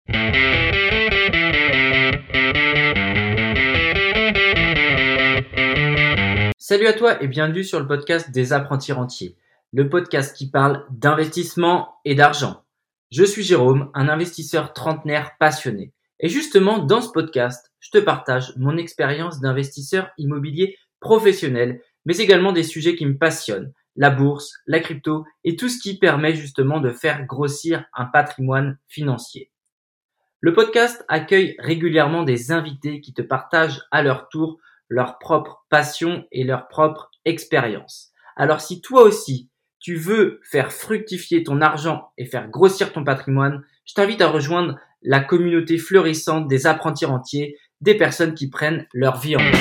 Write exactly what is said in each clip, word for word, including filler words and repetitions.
Salut à toi et bienvenue sur le podcast des apprentis rentiers, le podcast qui parle d'investissement et d'argent. Je suis Jérôme, un investisseur trentenaire passionné. Et justement, dans ce podcast, je te partage mon expérience d'investisseur immobilier professionnel, mais également des sujets qui me passionnent, la bourse, la crypto et tout ce qui permet justement de faire grossir un patrimoine financier. Le podcast accueille régulièrement des invités qui te partagent à leur tour leur propre passion et leur propre expérience. Alors si toi aussi, tu veux faire fructifier ton argent et faire grossir ton patrimoine, je t'invite à rejoindre la communauté fleurissante des apprentis rentiers, des personnes qui prennent leur vie en main.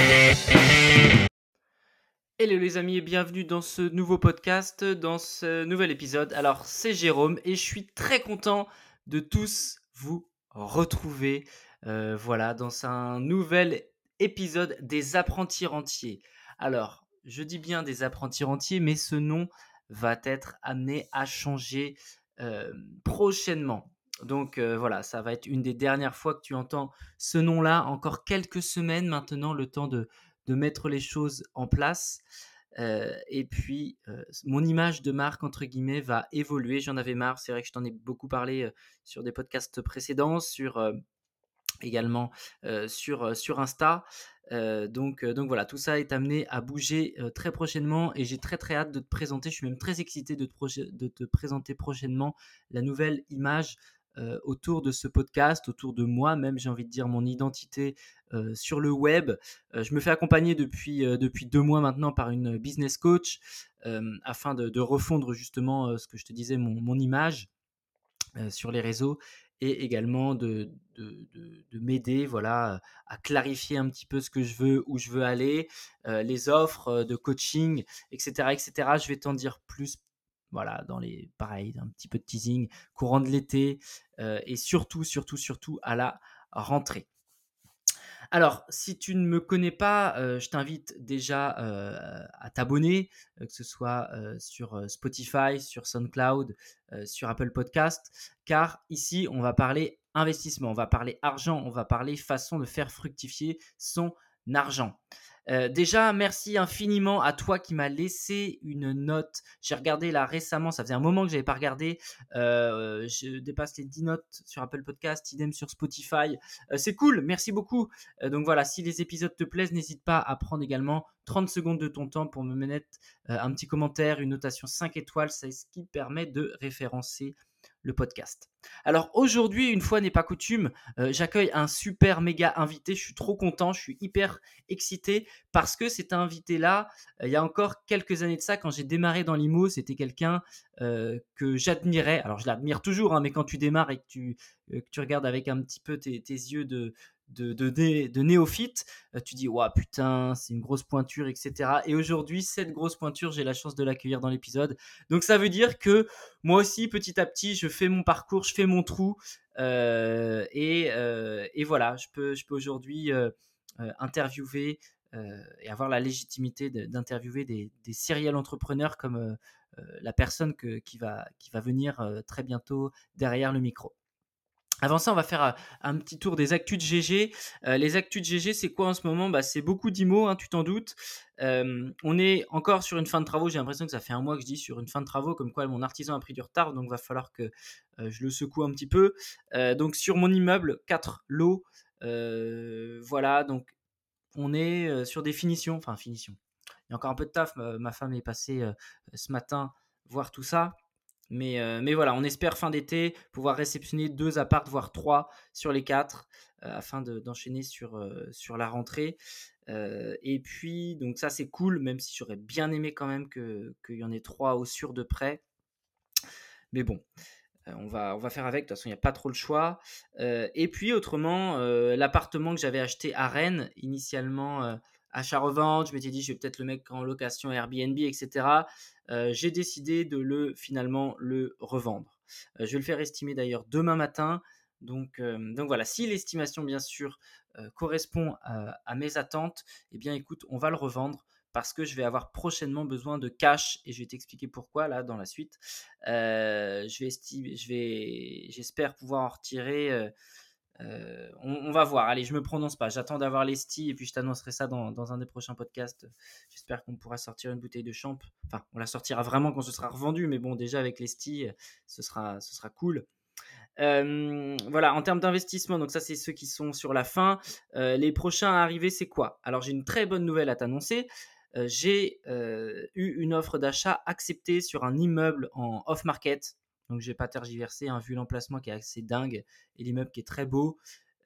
Hello les amis et bienvenue dans ce nouveau podcast, dans ce nouvel épisode. Alors c'est Jérôme et je suis très content de tous vous retrouver euh, voilà, dans un nouvel épisode des apprentis rentiers. Alors, je dis bien des apprentis rentiers, mais ce nom va être amené à changer euh, prochainement. Donc euh, voilà, ça va être une des dernières fois que tu entends ce nom-là. Encore quelques semaines maintenant, le temps de, de mettre les choses en place. Euh, et puis, euh, mon image de marque, entre guillemets, va évoluer. J'en avais marre. C'est vrai que je t'en ai beaucoup parlé euh, sur des podcasts précédents, sur... Euh, également euh, sur, euh, sur Insta. Euh, donc, euh, donc voilà, tout ça est amené à bouger euh, très prochainement et j'ai très très hâte de te présenter. Je suis même très excité de te, proje- de te présenter prochainement la nouvelle image euh, autour de ce podcast, autour de moi même, j'ai envie de dire mon identité euh, sur le web. Euh, je me fais accompagner depuis, euh, depuis deux mois maintenant par une business coach euh, afin de, de refondre justement euh, ce que je te disais, mon, mon image euh, sur les réseaux et également de, de, de, de m'aider voilà, à clarifier un petit peu ce que je veux, où je veux aller, euh, les offres euh, de coaching, et cetera, et cetera. Je vais t'en dire plus voilà, dans les, pareil, un petit peu de teasing, courant de l'été euh, et surtout, surtout, surtout à la rentrée. Alors, si tu ne me connais pas, euh, je t'invite déjà euh, à t'abonner, euh, que ce soit euh, sur euh, Spotify, sur SoundCloud, euh, sur Apple Podcast, car ici, on va parler investissement, on va parler argent, on va parler façon de faire fructifier son argent. Euh, déjà, merci infiniment à toi qui m'as laissé une note. J'ai regardé là récemment, ça faisait un moment que je n'avais pas regardé. Euh, je dépasse les dix notes sur Apple Podcast, idem sur Spotify. Euh, c'est cool, merci beaucoup. Euh, donc voilà, si les épisodes te plaisent, n'hésite pas à prendre également trente secondes de ton temps pour me mettre euh, un petit commentaire, une notation cinq étoiles. C'est ce qui permet de référencer le podcast. Alors aujourd'hui, une fois n'est pas coutume, euh, j'accueille un super méga invité. Je suis trop content, je suis hyper excité parce que cet invité-là, euh, il y a encore quelques années de ça, quand j'ai démarré dans l'I M O, c'était quelqu'un euh, que j'admirais. Alors je l'admire toujours, hein, mais quand tu démarres et que tu, euh, que tu regardes avec un petit peu tes, tes yeux de, de, de, de, de néophyte, euh, tu dis ouah putain, c'est une grosse pointure, et cetera. Et aujourd'hui, cette grosse pointure, j'ai la chance de l'accueillir dans l'épisode. Donc ça veut dire que moi aussi, petit à petit, je fais mon parcours, je fais mon trou, euh, et, euh, et voilà, je peux, je peux aujourd'hui euh, euh, interviewer euh, et avoir la légitimité de, d'interviewer des, des serial entrepreneurs comme euh, euh, la personne que, qui, va, qui va venir euh, très bientôt derrière le micro. Avant ça, on va faire un, un petit tour des actus de G G. Euh, les actus de G G, c'est quoi en ce moment ? Bah, c'est beaucoup d'I M O, hein, tu t'en doutes. Euh, on est encore sur une fin de travaux. J'ai l'impression que ça fait un mois que je dis sur une fin de travaux, comme quoi mon artisan a pris du retard, donc il va falloir que euh, je le secoue un petit peu. Euh, donc sur mon immeuble, quatre lots. Euh, voilà, donc on est euh, sur des finitions. Enfin, finitions. Il y a encore un peu de taf. Ma, ma femme est passée euh, ce matin voir tout ça. Mais, euh, mais voilà, on espère fin d'été pouvoir réceptionner deux apparts, voire trois sur les quatre, euh, afin de, d'enchaîner sur, euh, sur la rentrée. Euh, et puis, donc ça c'est cool, même si j'aurais bien aimé quand même que, qu'il y en ait trois au sûr de près. Mais bon, euh, on, va, on va faire avec, de toute façon il n'y a pas trop le choix. Euh, et puis autrement, euh, l'appartement que j'avais acheté à Rennes, initialement euh, achat-revente, je m'étais dit je vais peut-être le mettre en location Airbnb, et cetera. Euh, j'ai décidé de le finalement le revendre. Euh, je vais le faire estimer d'ailleurs demain matin. Donc, euh, donc voilà, si l'estimation bien sûr euh, correspond à, à mes attentes, eh bien écoute, on va le revendre parce que je vais avoir prochainement besoin de cash et je vais t'expliquer pourquoi là dans la suite. Euh, je vais estimer, je vais, j'espère pouvoir en retirer. Euh, euh, on, on va voir. Allez, je me prononce pas. J'attends d'avoir les stis et puis je t'annoncerai ça dans, dans un des prochains podcasts. J'espère qu'on pourra sortir une bouteille de champ. Enfin, on la sortira vraiment quand ce sera revendu, mais bon, déjà avec les stis, ce sera, ce sera cool. Euh, voilà, en termes d'investissement, donc ça c'est ceux qui sont sur la fin. Euh, les prochains à arriver, c'est quoi? Alors j'ai une très bonne nouvelle à t'annoncer. Euh, j'ai euh, eu une offre d'achat acceptée sur un immeuble en off-market. Donc je vais pas tergiverser, hein, vu l'emplacement qui est assez dingue et l'immeuble qui est très beau.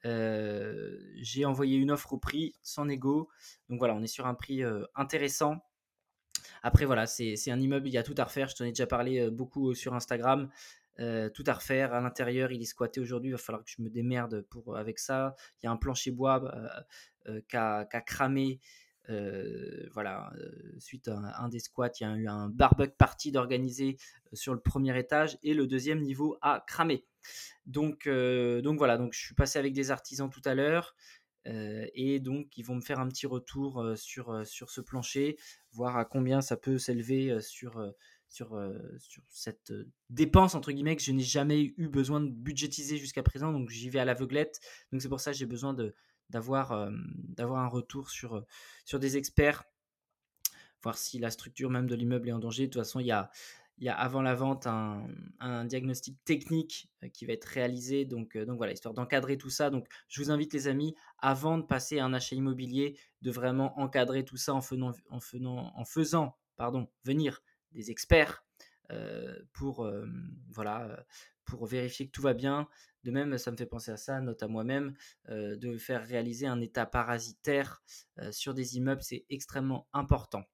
Euh, j'ai envoyé une offre au prix sans négo. Donc voilà, on est sur un prix euh, intéressant. Après, voilà, c'est, c'est un immeuble, il y a tout à refaire. Je t'en ai déjà parlé euh, beaucoup sur Instagram. Euh, tout à refaire. À l'intérieur, il est squatté aujourd'hui. Il va falloir que je me démerde pour, avec ça. Il y a un plancher bois euh, euh, qui a, qui a cramé. Euh, voilà, euh, suite à un, un des squats, il y a eu un barbecue party d'organiser euh, sur le premier étage et le deuxième niveau a cramé. Donc, euh, donc voilà, donc je suis passé avec des artisans tout à l'heure. Euh, et donc ils vont me faire un petit retour euh, sur, euh, sur ce plancher, voir à combien ça peut s'élever euh, sur, euh, sur, euh, sur cette euh, dépense entre guillemets que je n'ai jamais eu besoin de budgétiser jusqu'à présent, donc j'y vais à l'aveuglette. Donc c'est pour ça que j'ai besoin de, d'avoir, euh, d'avoir un retour sur, euh, sur des experts, voir si la structure même de l'immeuble est en danger. De toute façon, il y a, il y a avant la vente un, un diagnostic technique euh, qui va être réalisé. Donc, euh, donc voilà, histoire d'encadrer tout ça. Donc je vous invite les amis, avant de passer à un achat immobilier, de vraiment encadrer tout ça en faisant, en faisant, en faisant pardon, venir des experts euh, pour, euh, voilà, pour vérifier que tout va bien. De même, ça me fait penser à ça, note à moi-même, euh, de faire réaliser un état parasitaire euh, sur des immeubles, c'est extrêmement important.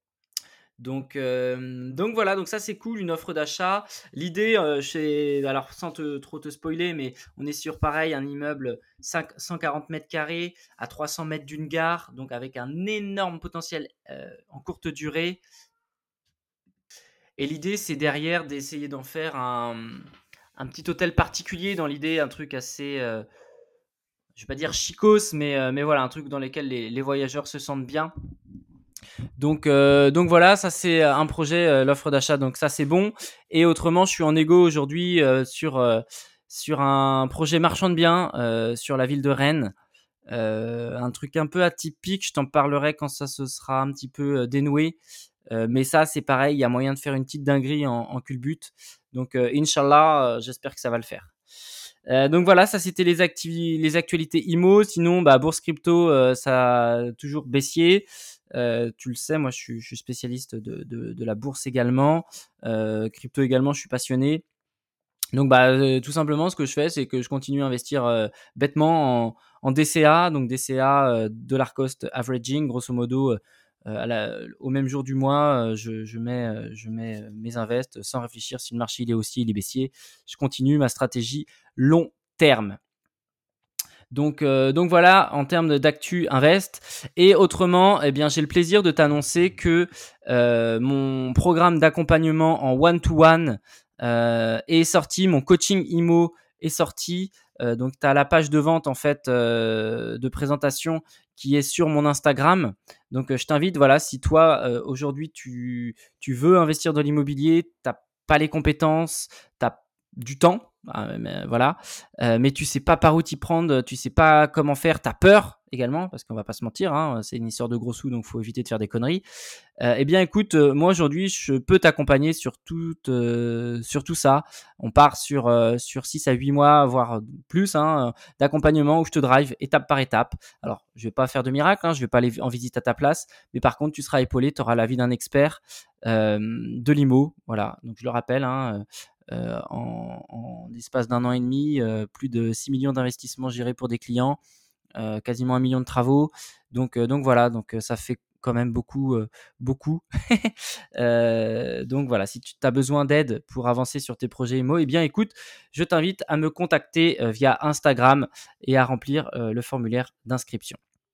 Donc, euh, donc voilà, donc ça c'est cool, une offre d'achat. L'idée, euh, chez, alors sans te, trop te spoiler, mais on est sur pareil, un immeuble cinq cent quarante mètres carrés à trois cents mètres d'une gare, donc avec un énorme potentiel euh, en courte durée. Et l'idée, c'est derrière d'essayer d'en faire un, un petit hôtel particulier, dans l'idée, un truc assez, euh, je vais pas dire chicos, mais, euh, mais voilà, un truc dans lequel les, les voyageurs se sentent bien. Donc, euh, donc voilà, ça c'est un projet, euh, l'offre d'achat, donc ça c'est bon. Et autrement, je suis en égo aujourd'hui euh, sur, euh, sur un projet marchand de biens euh, sur la ville de Rennes. Euh, un truc un peu atypique, je t'en parlerai quand ça se sera un petit peu euh, dénoué. Euh, mais ça, c'est pareil, il y a moyen de faire une petite dinguerie en, en culbute. Donc, euh, Inch'Allah, euh, j'espère que ça va le faire. Euh, donc voilà, ça c'était les, acti- les actualités I M O. Sinon, bah, bourse crypto, euh, ça a toujours baissier. Euh, tu le sais, moi je suis, je suis spécialiste de, de, de la bourse également. Euh, crypto également, je suis passionné. Donc bah euh, tout simplement ce que je fais c'est que je continue à investir euh, bêtement en, en D C A, donc D C A euh, dollar cost averaging, grosso modo euh, à la, au même jour du mois euh, je, je mets euh, je mets mes invests sans réfléchir si le marché il est haussier il est baissier, je continue ma stratégie long terme. Donc, euh, donc voilà, en termes d'actu invest. Et autrement, eh bien, j'ai le plaisir de t'annoncer que euh, mon programme d'accompagnement en one-to-one euh, est sorti, mon coaching I M O est sorti. Euh, donc, tu as la page de vente en fait euh, de présentation qui est sur mon Instagram. Donc, euh, je t'invite, voilà, si toi euh, aujourd'hui tu, tu veux investir dans l'immobilier, tu n'as pas les compétences, tu as du temps, euh, mais, voilà, euh, mais tu sais pas par où t'y prendre, tu sais pas comment faire, t'as peur également, parce qu'on va pas se mentir, hein, c'est une histoire de gros sous, donc faut éviter de faire des conneries. Euh, eh bien, écoute, euh, moi aujourd'hui, je peux t'accompagner sur tout, euh, sur tout ça. On part sur euh, sur six à huit mois, voire plus, hein, d'accompagnement où je te drive étape par étape. Alors, je vais pas faire de miracle, hein, je vais pas aller en visite à ta place, mais par contre, tu seras épaulé, tu auras l'avis d'un expert euh, de l'I M O. Voilà, donc je le rappelle, hein, euh, en, en l'espace d'un an et demi, euh, plus de six millions d'investissements gérés pour des clients, euh, quasiment un million de travaux. Donc, euh, donc voilà, donc euh, ça fait quand même beaucoup, euh, beaucoup. euh, donc voilà, si tu as besoin d'aide pour avancer sur tes projets I M O, eh bien écoute, je t'invite à me contacter euh, via Instagram et à remplir euh, le formulaire d'inscription.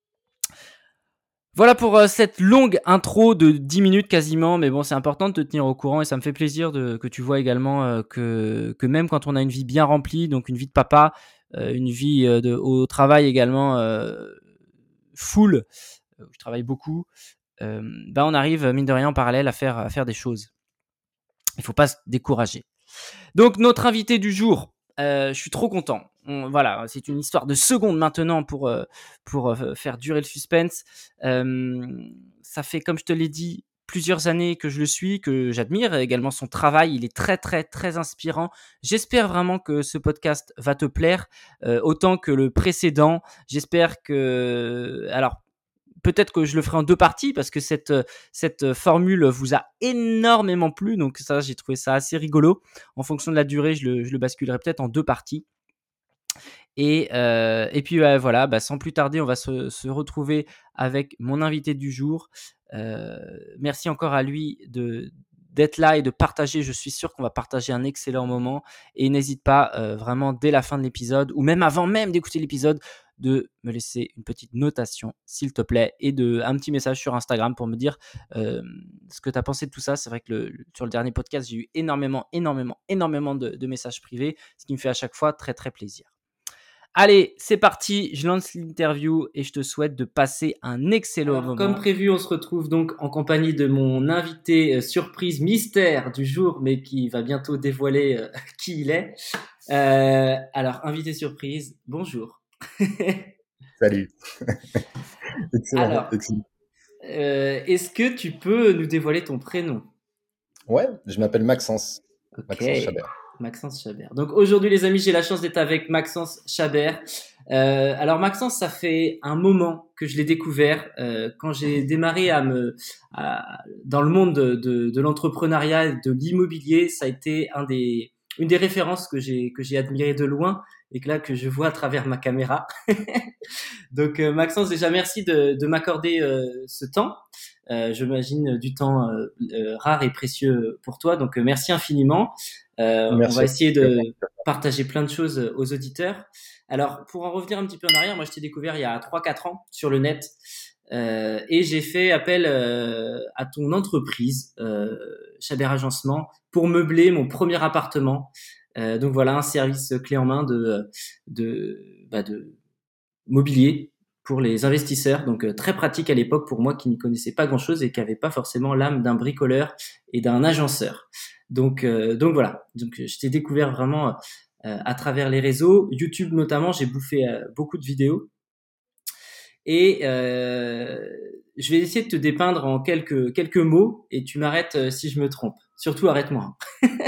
Voilà pour euh, cette longue intro de dix minutes quasiment, mais bon, c'est important de te tenir au courant et ça me fait plaisir de, que tu vois également euh, que, que même quand on a une vie bien remplie, donc une vie de papa, euh, une vie euh, de, au travail également euh, full, euh, je travaille beaucoup, euh, bah on arrive mine de rien en parallèle à faire à faire des choses. Il faut pas se décourager. Donc notre invité du jour, euh, je suis trop content. On, voilà, c'est une histoire de secondes maintenant pour euh, pour euh, faire durer le suspense. Euh, ça fait, comme je te l'ai dit, plusieurs années que je le suis, que j'admire également son travail. Il est très très très inspirant. J'espère vraiment que ce podcast va te plaire euh, autant que le précédent. J'espère que, alors, peut-être que je le ferai en deux parties parce que cette, cette formule vous a énormément plu. Donc ça, j'ai trouvé ça assez rigolo. En fonction de la durée, je le, je le basculerai peut-être en deux parties. Et, euh, et puis euh, voilà, bah, sans plus tarder, on va se, se retrouver avec mon invité du jour. Euh, merci encore à lui de d'être là et de partager. Je suis sûr qu'on va partager un excellent moment. Et n'hésite pas euh, vraiment dès la fin de l'épisode ou même avant même d'écouter l'épisode de me laisser une petite notation, s'il te plaît, et de un petit message sur Instagram pour me dire euh, ce que tu as pensé de tout ça. C'est vrai que le, sur le dernier podcast, j'ai eu énormément, énormément, énormément de, de messages privés, ce qui me fait à chaque fois très, très plaisir. Allez, c'est parti, je lance l'interview et je te souhaite de passer un excellent Alors, moment. Comme prévu, on se retrouve donc en compagnie de mon invité euh, surprise mystère du jour, mais qui va bientôt dévoiler euh, qui il est. Euh, alors, invité surprise, bonjour. Salut. Excellent. Alors, excellent. Euh, est-ce que tu peux nous dévoiler ton prénom? Ouais, je m'appelle Maxence. Ok. Maxence Chabert. Maxence Chabert. Donc aujourd'hui les amis, j'ai la chance d'être avec Maxence Chabert. Euh, alors Maxence, ça fait un moment que je l'ai découvert euh, quand j'ai démarré à me à, dans le monde de, de, de l'entrepreneuriat et de l'immobilier. Ça a été un des une des références que j'ai que j'ai admiré de loin et que là que je vois à travers ma caméra. Donc euh, Maxence, déjà merci de, de m'accorder euh, ce temps. Euh, j'imagine du temps euh, euh, rare et précieux pour toi. Donc euh, merci infiniment. Euh, on va essayer de partager plein de choses aux auditeurs. Alors, pour en revenir un petit peu en arrière, moi, je t'ai découvert il y a trois quatre ans sur le net euh, et j'ai fait appel euh, à ton entreprise, euh, Chabert Agencement, pour meubler mon premier appartement. Euh, donc voilà, un service clé en main de de, bah, de mobilier pour les investisseurs. Donc euh, très pratique à l'époque pour moi qui n'y connaissais pas grand-chose et qui n'avait pas forcément l'âme d'un bricoleur et d'un agenceur. Donc, euh, donc voilà, donc je t'ai découvert vraiment euh, à travers les réseaux, YouTube notamment. J'ai bouffé euh, beaucoup de vidéos et euh, je vais essayer de te dépeindre en quelques quelques mots et tu m'arrêtes euh, si je me trompe. Surtout arrête-moi.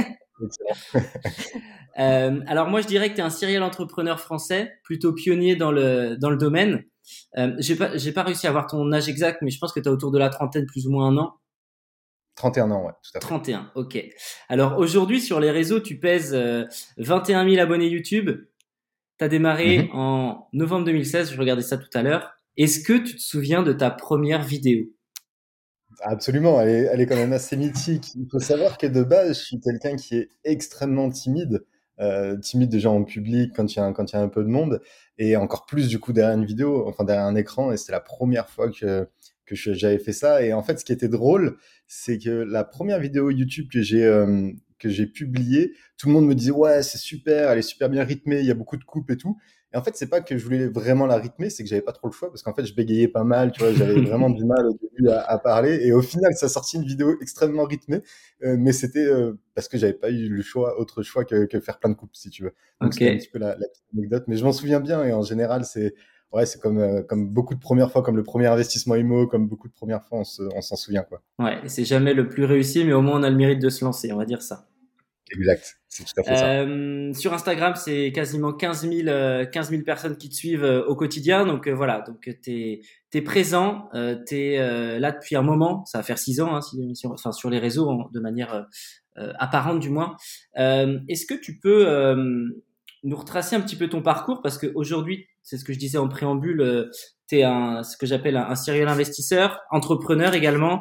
euh, alors moi je dirais que tu es un serial entrepreneur français, plutôt pionnier dans le dans le domaine. Euh, j'ai pas j'ai pas réussi à avoir ton âge exact, mais je pense que tu as autour de la trentaine, plus ou moins un an. trente et un ans, ouais, tout à fait. trente et un, ok. Alors aujourd'hui sur les réseaux, tu pèses euh, vingt et un mille abonnés YouTube. Tu as démarré mm-hmm. en novembre deux mille seize, je regardais ça tout à l'heure. Est-ce que tu te souviens de ta première vidéo? Absolument, elle est, elle est quand même assez mythique. Il faut savoir que de base, je suis quelqu'un qui est extrêmement timide. Euh, timide déjà en public quand il y a un, quand il y a un peu de monde et encore plus du coup derrière une vidéo, enfin derrière un écran, et c'était la première fois que que je, j'avais fait ça. Et en fait, ce qui était drôle, c'est que la première vidéo YouTube que j'ai euh, que j'ai publiée, tout le monde me disait ouais c'est super, elle est super bien rythmée, il y a beaucoup de coupes et tout. Et en fait, c'est pas que je voulais vraiment la rythmer, c'est que j'avais pas trop le choix parce qu'en fait, je bégayais pas mal, tu vois, j'avais vraiment du mal au début à, à parler. Et au final, ça a sorti une vidéo extrêmement rythmée, euh, mais c'était euh, parce que j'avais pas eu le choix, autre choix que, que faire plein de coupes, si tu veux. Donc okay. C'était un petit peu la, la petite anecdote, mais je m'en souviens bien. Et en général, c'est ouais, c'est comme euh, comme beaucoup de premières fois, comme le premier investissement immo, comme beaucoup de premières fois, on, se, on s'en souvient quoi. Ouais, c'est jamais le plus réussi, mais au moins on a le mérite de se lancer, on va dire ça. Exact, c'est tout à fait euh, ça. Sur Instagram, c'est quasiment quinze mille, euh, quinze mille personnes qui te suivent euh, au quotidien. Donc euh, voilà, donc t'es t'es présent, euh, t'es euh, là depuis un moment. Ça va faire six ans, hein, si, si, enfin sur les réseaux, hein, de manière euh, apparente du moins. Euh, est-ce que tu peux euh, nous retracer un petit peu ton parcours, parce qu'aujourd'hui, c'est ce que je disais en préambule, euh, t'es un ce que j'appelle un, un serial investisseur, entrepreneur également.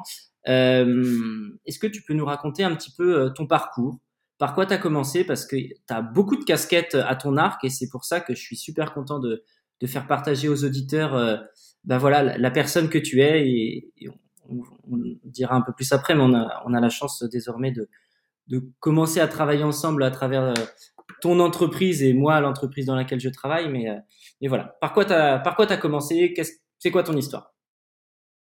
Euh, est-ce que tu peux nous raconter un petit peu euh, ton parcours? Par quoi tu as commencé? Parce que tu as beaucoup de casquettes à ton arc et c'est pour ça que je suis super content de, de faire partager aux auditeurs euh, ben voilà, la, la personne que tu es. Et, et on, on dira un peu plus après, mais on a, on a la chance désormais de, de commencer à travailler ensemble à travers euh, ton entreprise et moi, l'entreprise dans laquelle je travaille. Mais, euh, mais voilà, par quoi tu as par quoi tu as commencé? Qu'est-ce, c'est quoi ton histoire?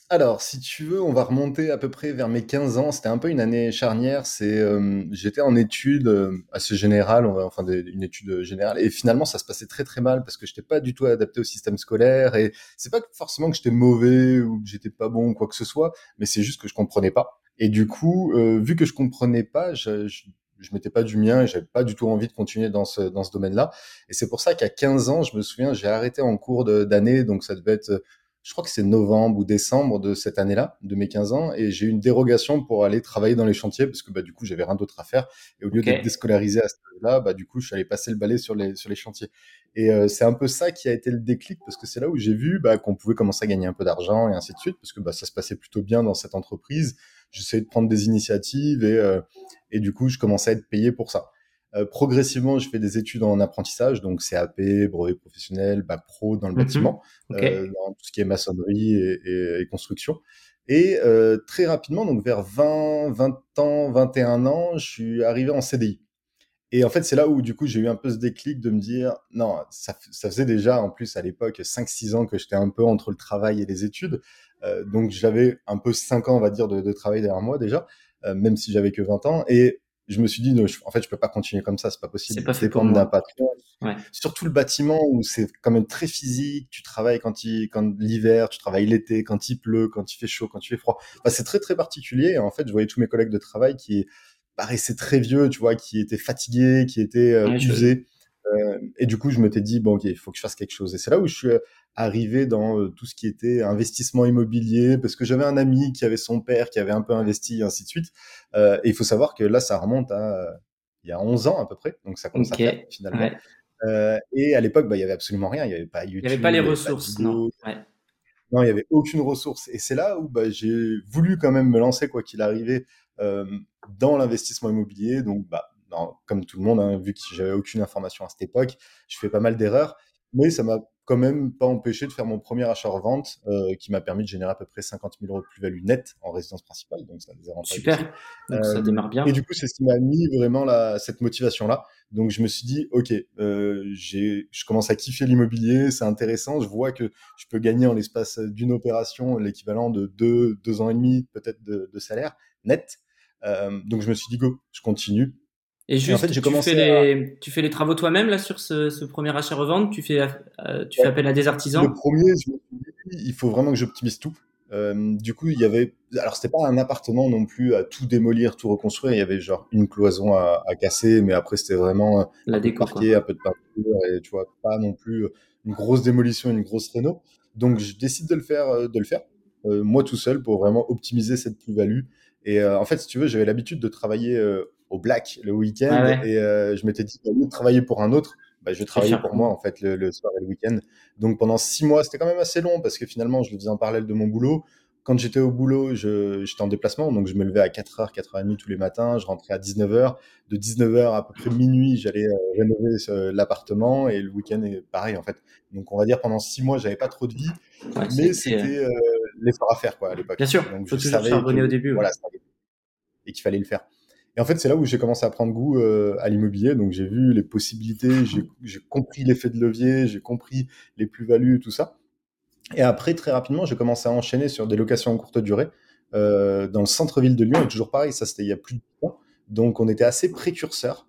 Alors, si tu veux, on va remonter à peu près vers mes quinze ans. C'était un peu une année charnière. C'est, euh, j'étais en études euh, assez générales, on va- enfin des- une étude générale, et finalement ça se passait très très mal parce que j'étais pas du tout adapté au système scolaire. Et c'est pas que forcément que j'étais mauvais ou que j'étais pas bon ou quoi que ce soit, mais c'est juste que je comprenais pas. Et du coup, euh, vu que je comprenais pas, je, je, je mettais pas du mien et j'avais pas du tout envie de continuer dans ce dans ce domaine-là. Et c'est pour ça qu'à quinze ans, je me souviens, j'ai arrêté en cours de- d'année, donc ça devait être, je crois que c'est novembre ou décembre de cette année-là, de mes quinze ans, et j'ai eu une dérogation pour aller travailler dans les chantiers parce que bah, du coup, j'avais rien d'autre à faire. Et au lieu Ok. d'être déscolarisé à ce âge-là, bah, du coup, je suis allé passer le balai sur les, sur les chantiers. Et euh, c'est un peu ça qui a été le déclic parce que c'est là où j'ai vu bah, qu'on pouvait commencer à gagner un peu d'argent et ainsi de suite parce que bah, ça se passait plutôt bien dans cette entreprise. J'essayais de prendre des initiatives et, euh, et du coup, je commençais à être payé pour ça. Euh, progressivement, je fais des études en apprentissage, donc C A P, brevet professionnel, bac pro dans le Mhm. bâtiment, Ok. euh, dans tout ce qui est maçonnerie et, et, et construction. Et euh, très rapidement, donc vers vingt, vingt ans, vingt et un ans, je suis arrivé en C D I. Et en fait, c'est là où du coup j'ai eu un peu ce déclic de me dire, non, ça, f- ça faisait déjà en plus à l'époque cinq six ans que j'étais un peu entre le travail et les études. Euh, donc j'avais un peu cinq ans, on va dire, de, de travail derrière moi déjà, euh, même si j'avais que vingt ans. Et je me suis dit, non, je- en fait, je peux pas continuer comme ça, c'est pas C'est possible, pas fait pour dépendre d'un moi. patron. Ouais. Surtout le bâtiment où c'est quand même très physique, tu travailles quand il, quand l'hiver, tu travailles l'été, quand il pleut, quand il fait chaud, quand il fait froid. Enfin, c'est très très particulier. Et en fait, je voyais tous mes collègues de travail qui paraissaient très vieux, tu vois, qui étaient fatigués, qui étaient euh, Ouais, je... usés. Euh, et du coup, je m'étais dit, bon, ok, il faut que je fasse quelque chose. Et c'est là où je suis euh, arrivé dans euh, tout ce qui était investissement immobilier, parce que j'avais un ami qui avait son père qui avait un peu investi, et ainsi de suite. Euh, et il faut savoir que là, ça remonte à euh, il y a onze ans à peu près, donc ça commence à Ok. faire finalement. Ouais. Euh, et à l'époque, bah, il y avait absolument rien. Il y avait pas Il y avait pas les YouTube, il y avait pas de ressources, non. vidéos, Ouais. non, il y avait aucune ressource. Et c'est là où bah, j'ai voulu quand même me lancer, quoi qu'il arrivait, euh, dans l'investissement immobilier. Donc, bah, non, comme tout le monde, hein, vu que j'avais aucune information à cette époque, je fais pas mal d'erreurs. Mais ça m'a quand même pas empêché de faire mon premier achat-revente, euh, qui m'a permis de générer à peu près cinquante mille euros de plus-value nette en résidence principale. Donc, ça a des avantages aussi. Super. Donc Euh, ça démarre et bien. du coup, c'est ce qui m'a mis vraiment la, cette motivation-là. Donc, je me suis dit, OK, euh, j'ai, je commence à kiffer l'immobilier, c'est intéressant. Je vois que je peux gagner en l'espace d'une opération l'équivalent de deux, deux ans et demi peut-être de, de salaire net. Euh, donc je me suis dit go, je continue. Et Et en fait juste, j'ai tu fais commencé à... les, tu fais les travaux toi-même là sur ce, ce premier achat-revente. Tu fais, euh, tu fais Ouais, appel à des le artisans. premier, je me suis dit, il faut vraiment que j'optimise tout. Euh, du coup, il y avait, alors c'était pas un appartement non plus à tout démolir, tout reconstruire. Il y avait genre une cloison à, à casser, mais après c'était vraiment euh, La un peu de déco, quoi. parquet, un peu de peinture, et tu vois pas non plus euh, une grosse démolition, une grosse réno. Donc je décide de le faire, euh, de le faire euh, moi tout seul pour vraiment optimiser cette plus-value. Et euh, en fait, si tu veux, j'avais l'habitude de travailler euh, au black le Ouais, week-end, ouais. et euh, je m'étais dit, au lieu de travailler pour un autre, bah, je vais Je vais le travailler faire pour pour moi moi. en fait le, le soir et le week-end. Donc pendant six mois, c'était quand même assez long parce que finalement, je le faisais en parallèle de mon boulot. Quand j'étais au boulot, je, j'étais en déplacement, donc je me levais à quatre heures, quatre heures trente tous les matins, je rentrais à dix-neuf heures. De dix-neuf heures à peu près minuit, j'allais euh, rénover euh, l'appartement et le week-end est pareil en fait. Donc on va dire pendant six mois, j'avais pas trop de vie, Ouais, mais c'était. euh, c'était euh, l'effort à faire quoi à Bien l'époque. sûr, Donc faut je toujours savais que charbonner au début. Ouais. voilà, ça allait et qu'il fallait le faire. Et en fait, c'est là où j'ai commencé à prendre goût euh, à l'immobilier. Donc, j'ai vu les possibilités, j'ai j'ai compris l'effet de levier, j'ai compris les plus-values, tout ça. Et après, très rapidement, j'ai commencé à enchaîner sur des locations en courte durée euh, dans le centre-ville de Lyon. Et toujours pareil, ça c'était il y a plus de dix ans. Donc, on était assez précurseurs.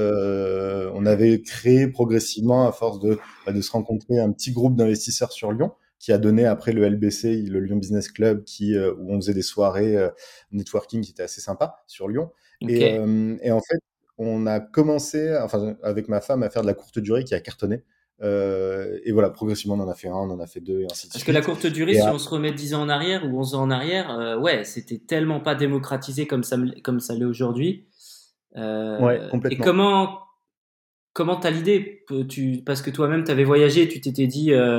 Euh, on avait créé progressivement, à force de, bah, de se rencontrer, un petit groupe d'investisseurs sur Lyon qui a donné après le L B C, le Lyon Business Club, qui, euh, où on faisait des soirées euh, networking qui étaient assez sympas sur Lyon. Ok. Et, euh, et en fait, on a commencé, enfin, avec ma femme, à faire de la courte durée qui a cartonné. Euh, et voilà, progressivement, on en a fait un, on en a fait deux, et ainsi de Parce que la suite. courte durée, Et si euh, on se remet dix ans en arrière ou onze ans en arrière, euh, ouais, c'était tellement pas démocratisé comme ça, me- comme ça l'est aujourd'hui. ouais, Euh, et complètement. comment, comment t'as l'idée? Tu, parce que toi-même, t'avais voyagé, tu t'étais dit, euh,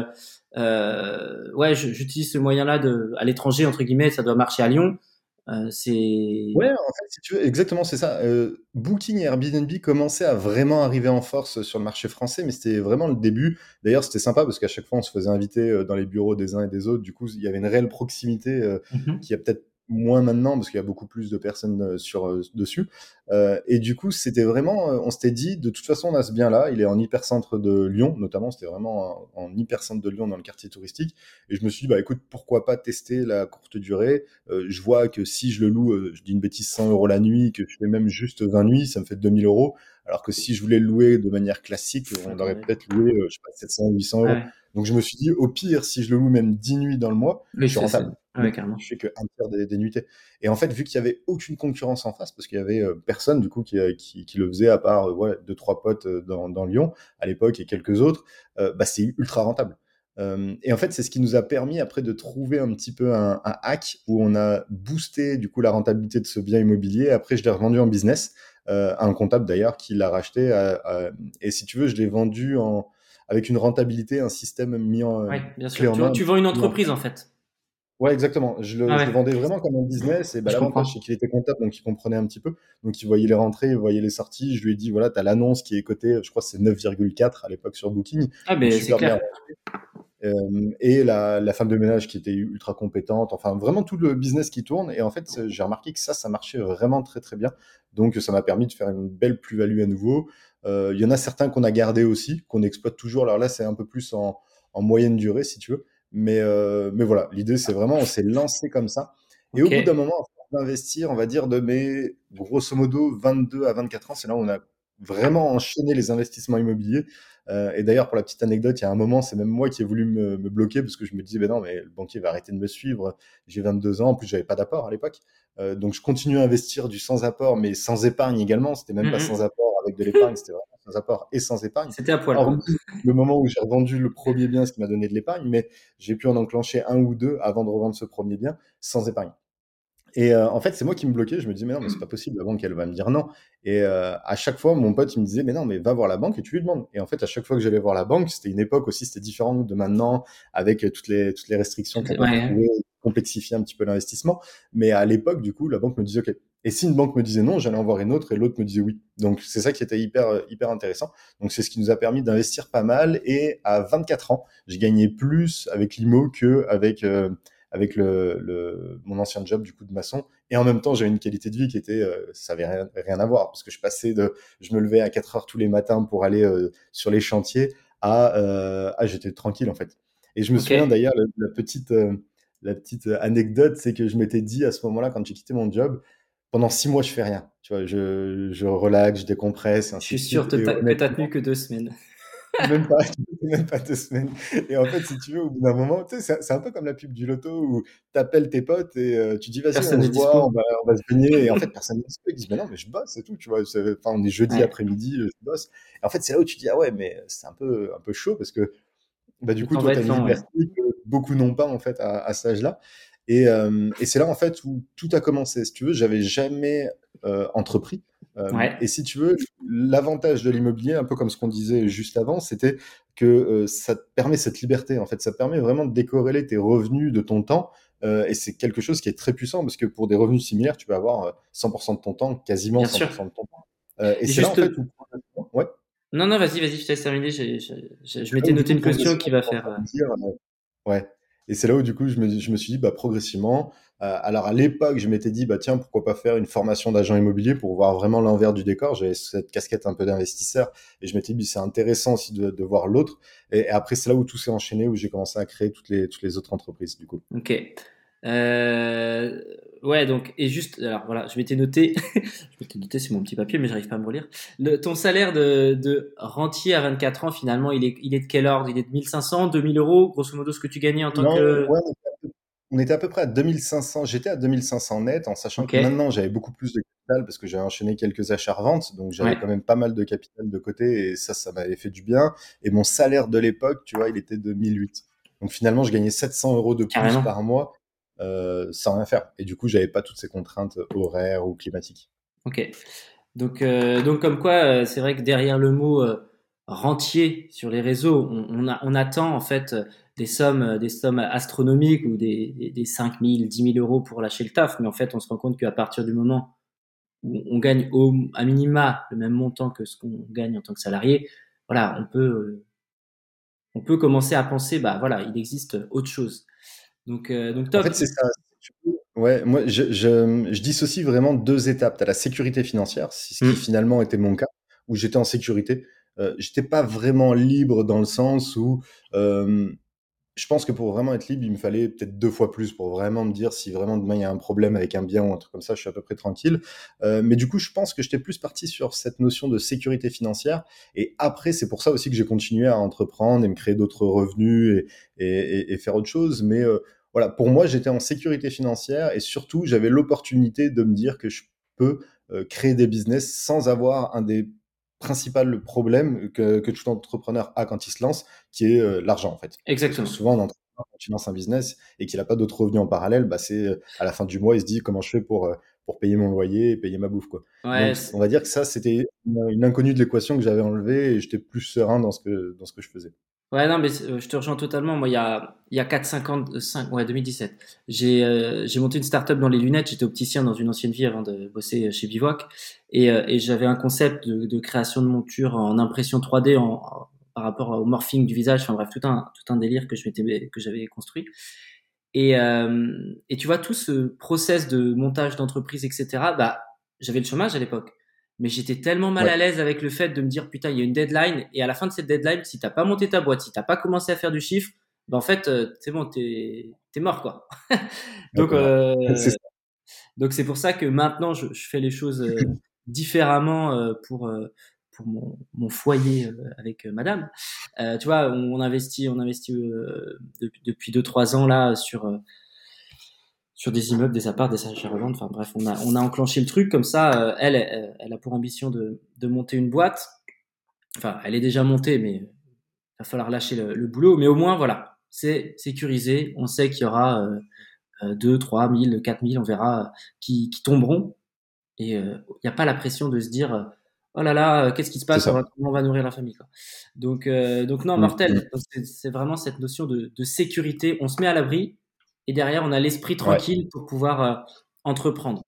euh, ouais, je- j'utilise ce moyen-là de, à l'étranger, entre guillemets, ça doit marcher à Lyon. Euh, c'est, Ouais, en fait, si tu veux, exactement, c'est ça. Euh, Booking et Airbnb commençaient à vraiment arriver en force sur le marché français, mais c'était vraiment le début. D'ailleurs, c'était sympa parce qu'à chaque fois, on se faisait inviter euh, dans les bureaux des uns et des autres. Du coup, il y avait une réelle proximité euh, Mhm. qui a peut-être moins maintenant parce qu'il y a beaucoup plus de personnes euh, sur euh, dessus. Euh, et du coup, c'était vraiment, euh, on s'était dit, de toute façon, on a ce bien-là, il est en hypercentre de Lyon, notamment, c'était vraiment en, en hypercentre de Lyon dans le quartier touristique. Et je me suis dit, bah écoute, pourquoi pas tester la courte durée. Euh, je vois que si je le loue, euh, je dis une bêtise, cent euros la nuit, que je fais même juste vingt nuits, ça me fait deux mille euros. Alors que si je voulais le louer de manière classique, on aurait Attendez. peut-être loué, euh, je sais pas, sept cents, huit cents Ouais, euros. ouais. Donc je me suis dit, au pire, si je le loue même dix nuits dans le mois, Oui, je suis c'est, c'est... rentable. Ouais, Donc carrément. je fais que un tiers des, des nuitées. Et en fait, vu qu'il y avait aucune concurrence en face, parce qu'il y avait euh, personne du coup qui, euh, qui, qui le faisait à part euh, ouais, deux trois potes euh, dans, dans Lyon à l'époque et quelques autres, euh, bah c'est ultra rentable. Euh, et en fait, c'est ce qui nous a permis après de trouver un petit peu un, un hack où on a boosté du coup la rentabilité de ce bien immobilier. Après, je l'ai revendu en business euh, à un comptable d'ailleurs qui l'a racheté. À, à- et si tu veux, je l'ai vendu en avec une rentabilité, un système mis en euh, Ouais, bien clé sûr. en Tu, main. tu vends une Mis en entreprise, en fait. Ouais, exactement. Je Ah le, je ouais, le vendais vraiment comme un business. Et bah, je l'avantage, c'est comprends. qu'il était comptable, donc il comprenait un petit peu. Donc, il voyait les rentrées, il voyait les sorties. Je lui ai dit, voilà, tu as l'annonce qui est cotée, je crois que c'est neuf virgule quatre à l'époque sur Booking. Ah, Donc, ben c'est super bien. clair. Euh, et la, la femme de ménage qui était ultra compétente. Enfin, vraiment tout le business qui tourne. Et en fait, c'est- j'ai remarqué que ça, ça marchait vraiment très, très bien. Donc, ça m'a permis de faire une belle plus-value à nouveau. Euh, Il y en a certains qu'on a gardés aussi, qu'on exploite toujours. Alors là, c'est un peu plus en, en moyenne durée, si tu veux. Mais, euh, mais voilà, l'idée, c'est vraiment, on s'est lancé comme ça. Et au Ok. bout d'un moment, à force d'investir, on va dire de mes, grosso modo, vingt-deux à vingt-quatre ans, c'est là où on a vraiment enchaîné les investissements immobiliers. Euh, et d'ailleurs, pour la petite anecdote, il y a un moment, c'est même moi qui ai voulu me, me bloquer parce que je me disais, ben non, mais le banquier va arrêter de me suivre. J'ai vingt-deux ans, en plus, j'avais pas d'apport à l'époque. Euh, donc, je continue à investir du sans apport, mais sans épargne également. C'était même pas sans Mhm. apport avec de l'épargne, c'était vraiment sans apport et sans épargne. C'était à poil, quoi. Hormis le moment où j'ai revendu le premier bien, ce qui m'a donné de l'épargne, mais j'ai pu en enclencher un ou deux avant de revendre ce premier bien sans épargne. Et euh, en fait, c'est moi qui me bloquais. Je me disais, mais non, mais c'est pas possible. La banque, elle va me dire non. Et euh, à chaque fois, mon pote, il me disait, mais non, mais va voir la banque et tu lui demandes. Et en fait, à chaque fois que j'allais voir la banque, c'était une époque aussi, c'était différent de maintenant, avec euh, toutes les, toutes les restrictions qu'on peut Ouais. retrouver, complexifier un petit peu l'investissement. Mais à l'époque, du coup, la banque me disait, OK. Et si une banque me disait non, j'allais en voir une autre et l'autre me disait oui. Donc, c'est ça qui était hyper, euh, hyper intéressant. Donc, c'est ce qui nous a permis d'investir pas mal. Et à vingt-quatre ans, j'ai gagné plus avec l'IMO que avec, euh, avec le, le, mon ancien job du coup de maçon. Et en même temps, j'avais une qualité de vie qui était, euh, ça avait rien, rien à voir parce que je passais de, je me levais à quatre heures tous les matins pour aller euh, sur les chantiers à, euh, à j'étais tranquille en fait. Et je me Ok. souviens d'ailleurs la, la petite, euh, la petite anecdote, c'est que je m'étais dit à ce moment-là quand j'ai quitté mon job, pendant six mois je fais rien, tu vois, je, je relaxe, je décompresse, et Je ainsi suis de sûr suite. que Et t'as, que t'as honnêtement, tenu que deux semaines. même pas, même pas deux semaines. Et en fait, si tu veux, au bout d'un moment, tu sais, c'est c'est un peu comme la pub du loto où tu appelles tes potes et euh, tu dis, vas-y, Personne on n'est se voit, on dispo. va, on va se baigner. Et en fait, personne n'est dispo. Ils disent, mais non, mais je bosse et tout, tu vois. c'est- Enfin, on est jeudi Ouais. après-midi, je bosse. Et en fait, c'est là où tu dis, ah ouais, mais c'est un peu, un peu chaud parce que bah, du Le coup, temps toi, va tu as être une lent, ouais. liberté que beaucoup n'ont pas, en fait, à, à cet âge-là. Et, euh, et c'est là, en fait, où tout a commencé. Si tu veux, j'avais jamais euh, entrepris. Euh, et Ouais. si tu veux, l'avantage de l'immobilier, un peu comme ce qu'on disait juste avant, c'était que euh, ça te permet cette liberté. En fait, ça te permet vraiment de décorréler tes revenus de ton temps. Euh, et c'est quelque chose qui est très puissant parce que pour des revenus similaires, tu peux avoir euh, cent pour cent de ton temps, quasiment Bien sûr. cent pour cent de ton temps. Euh, et Et c'est là, en juste, fait, où... Ouais. non, non, vas-y, vas-y, je te laisse terminer. J'ai- j'ai- j'ai- je C'est là m'étais où, du noté coup, une question qui progressivement, va tu es en faire. train euh, de dire, euh, ouais. Et c'est là où du coup je me, je me suis dit bah, progressivement. Euh, alors à l'époque je m'étais dit bah tiens pourquoi pas faire une formation d'agent immobilier pour voir vraiment l'envers du décor. J'avais cette casquette un peu d'investisseur et je m'étais dit c'est intéressant aussi de, de voir l'autre. Et, et après c'est là où tout s'est enchaîné où j'ai commencé à créer toutes les toutes les autres entreprises du coup. Ok. Euh, ouais, donc, et juste, alors voilà, je m'étais noté, je m'étais noté sur mon petit papier, mais j'arrive pas à me relire. Le, ton salaire de, de rentier à vingt-quatre ans, finalement, il est, il est de quel ordre? Il est de mille cinq cents, deux mille euros, grosso modo, ce que tu gagnais en tant Non, que. ouais, on était à peu près à deux mille cinq cents. J'étais à deux mille cinq cents net, en sachant Ok. que maintenant j'avais beaucoup plus de capital parce que j'avais enchaîné quelques achats-reventes, donc j'avais quand Ouais, même pas mal de capital de côté et ça, ça m'avait fait du bien. Et mon salaire de l'époque, tu vois, il était de mille huit. Donc finalement, je gagnais sept cents euros de plus carrément. par mois euh, sans rien faire. Et du coup, j'avais pas toutes ces contraintes horaires ou climatiques. Ok. Donc, euh, donc comme quoi, euh, c'est vrai que derrière le mot euh, rentier sur les réseaux, on, on, a- on attend en fait euh, des sommes, euh, des sommes astronomiques ou des, des, des cinq mille, dix mille euros pour lâcher le taf. Mais en fait, on se rend compte qu'à partir du moment où on gagne au, à minima le même montant que ce qu'on gagne en tant que salarié, voilà, on peut, euh, on peut commencer à penser, bah voilà, il existe autre chose. Donc, euh, donc En top. fait, c'est ça. Si tu veux, Ouais, moi, je, je, je dissocie vraiment deux étapes. Tu as la sécurité financière, c'est ce qui Mmh. finalement était mon cas, où j'étais en sécurité. Euh, j'étais pas vraiment libre dans le sens où euh, je pense que pour vraiment être libre, il me fallait peut-être deux fois plus pour vraiment me dire si vraiment demain il y a un problème avec un bien ou un truc comme ça, je suis à peu près tranquille. Euh, mais du coup, je pense que j'étais plus parti sur cette notion de sécurité financière. Et après, c'est pour ça aussi que j'ai continué à entreprendre et me créer d'autres revenus et, et, et- et faire autre chose. Mais euh, voilà, pour moi, j'étais en sécurité financière et surtout, j'avais l'opportunité de me dire que je peux euh, créer des business sans avoir un des principaux problèmes que, que tout entrepreneur a quand il se lance, qui est euh, l'argent en fait. Parce que Exactement. souvent, un entrepreneur, quand il lance un business et qu'il n'a pas d'autres revenus en parallèle, bah, c'est euh, à la fin du mois, il se dit comment je fais pour, euh, pour payer mon loyer et payer ma bouffe, quoi. Ouais, Donc, c on va dire que ça, c'était une, une inconnue de l'équation que j'avais enlevée et j'étais plus serein dans ce que, dans ce que je faisais. ouais, non, mais c heu, je te rejoins totalement. Moi, il y a il y a quatre cinq ans de cinq ouais, deux mille dix-sept, j'ai, heu, j'ai monté une start-up dans les lunettes. J'étais opticien dans une ancienne vie avant de bosser, chez Bivouac et heu et j'avais un concept de de création de monture en impression trois D en en par rapport au morphing du visage. Enfin bref, tout un tout un délire que je m'étais que j'avais construit et hem et tu vois, tout ce process de montage d'entreprise et cetera, bah, j'avais le chômage à l'époque. Mais j'étais tellement mal Ouais, à l'aise avec le fait de me dire: «Putain, il y a une deadline» et à la fin de cette deadline, si t'as pas monté ta boîte, si t'as pas commencé à faire du chiffre, bah, en fait, heu, c'est bon, t'es es mort, quoi. ouais, Donc t'es mort. C'est heu, ça. donc c'est pour ça que maintenant je je fais les choses, heu, différemment, heu, pour, heu, pour mon mon foyer, heu, avec, heu, madame. Heu, tu vois, on on investit on investit, heu, depuis depuis deux trois ans là sur, heu sur des immeubles, des apparts, des achats-reventes. Enfin bref, on a, on a enclenché le truc comme ça. Euh, elle, elle, elle a pour ambition de, de monter une boîte. Enfin, elle est déjà montée, mais il va falloir lâcher le, le boulot. Mais au moins, voilà, c'est sécurisé. On sait qu'il y aura euh, euh, deux, trois mille, quatre mille, on verra, euh, qui, qui tomberont. Et il n'y a pas la pression de se dire, euh, oh là là, euh, qu'est-ce qui se C'est passe, on ça. va, comment on va nourrir la famille, quoi. Donc, euh, donc non, Mm, mortel. mm. Donc, C'est c'est vraiment cette notion de, de sécurité. On se met à l'abri et derrière, on a l'esprit Ouais, tranquille pour pouvoir euh, entreprendre.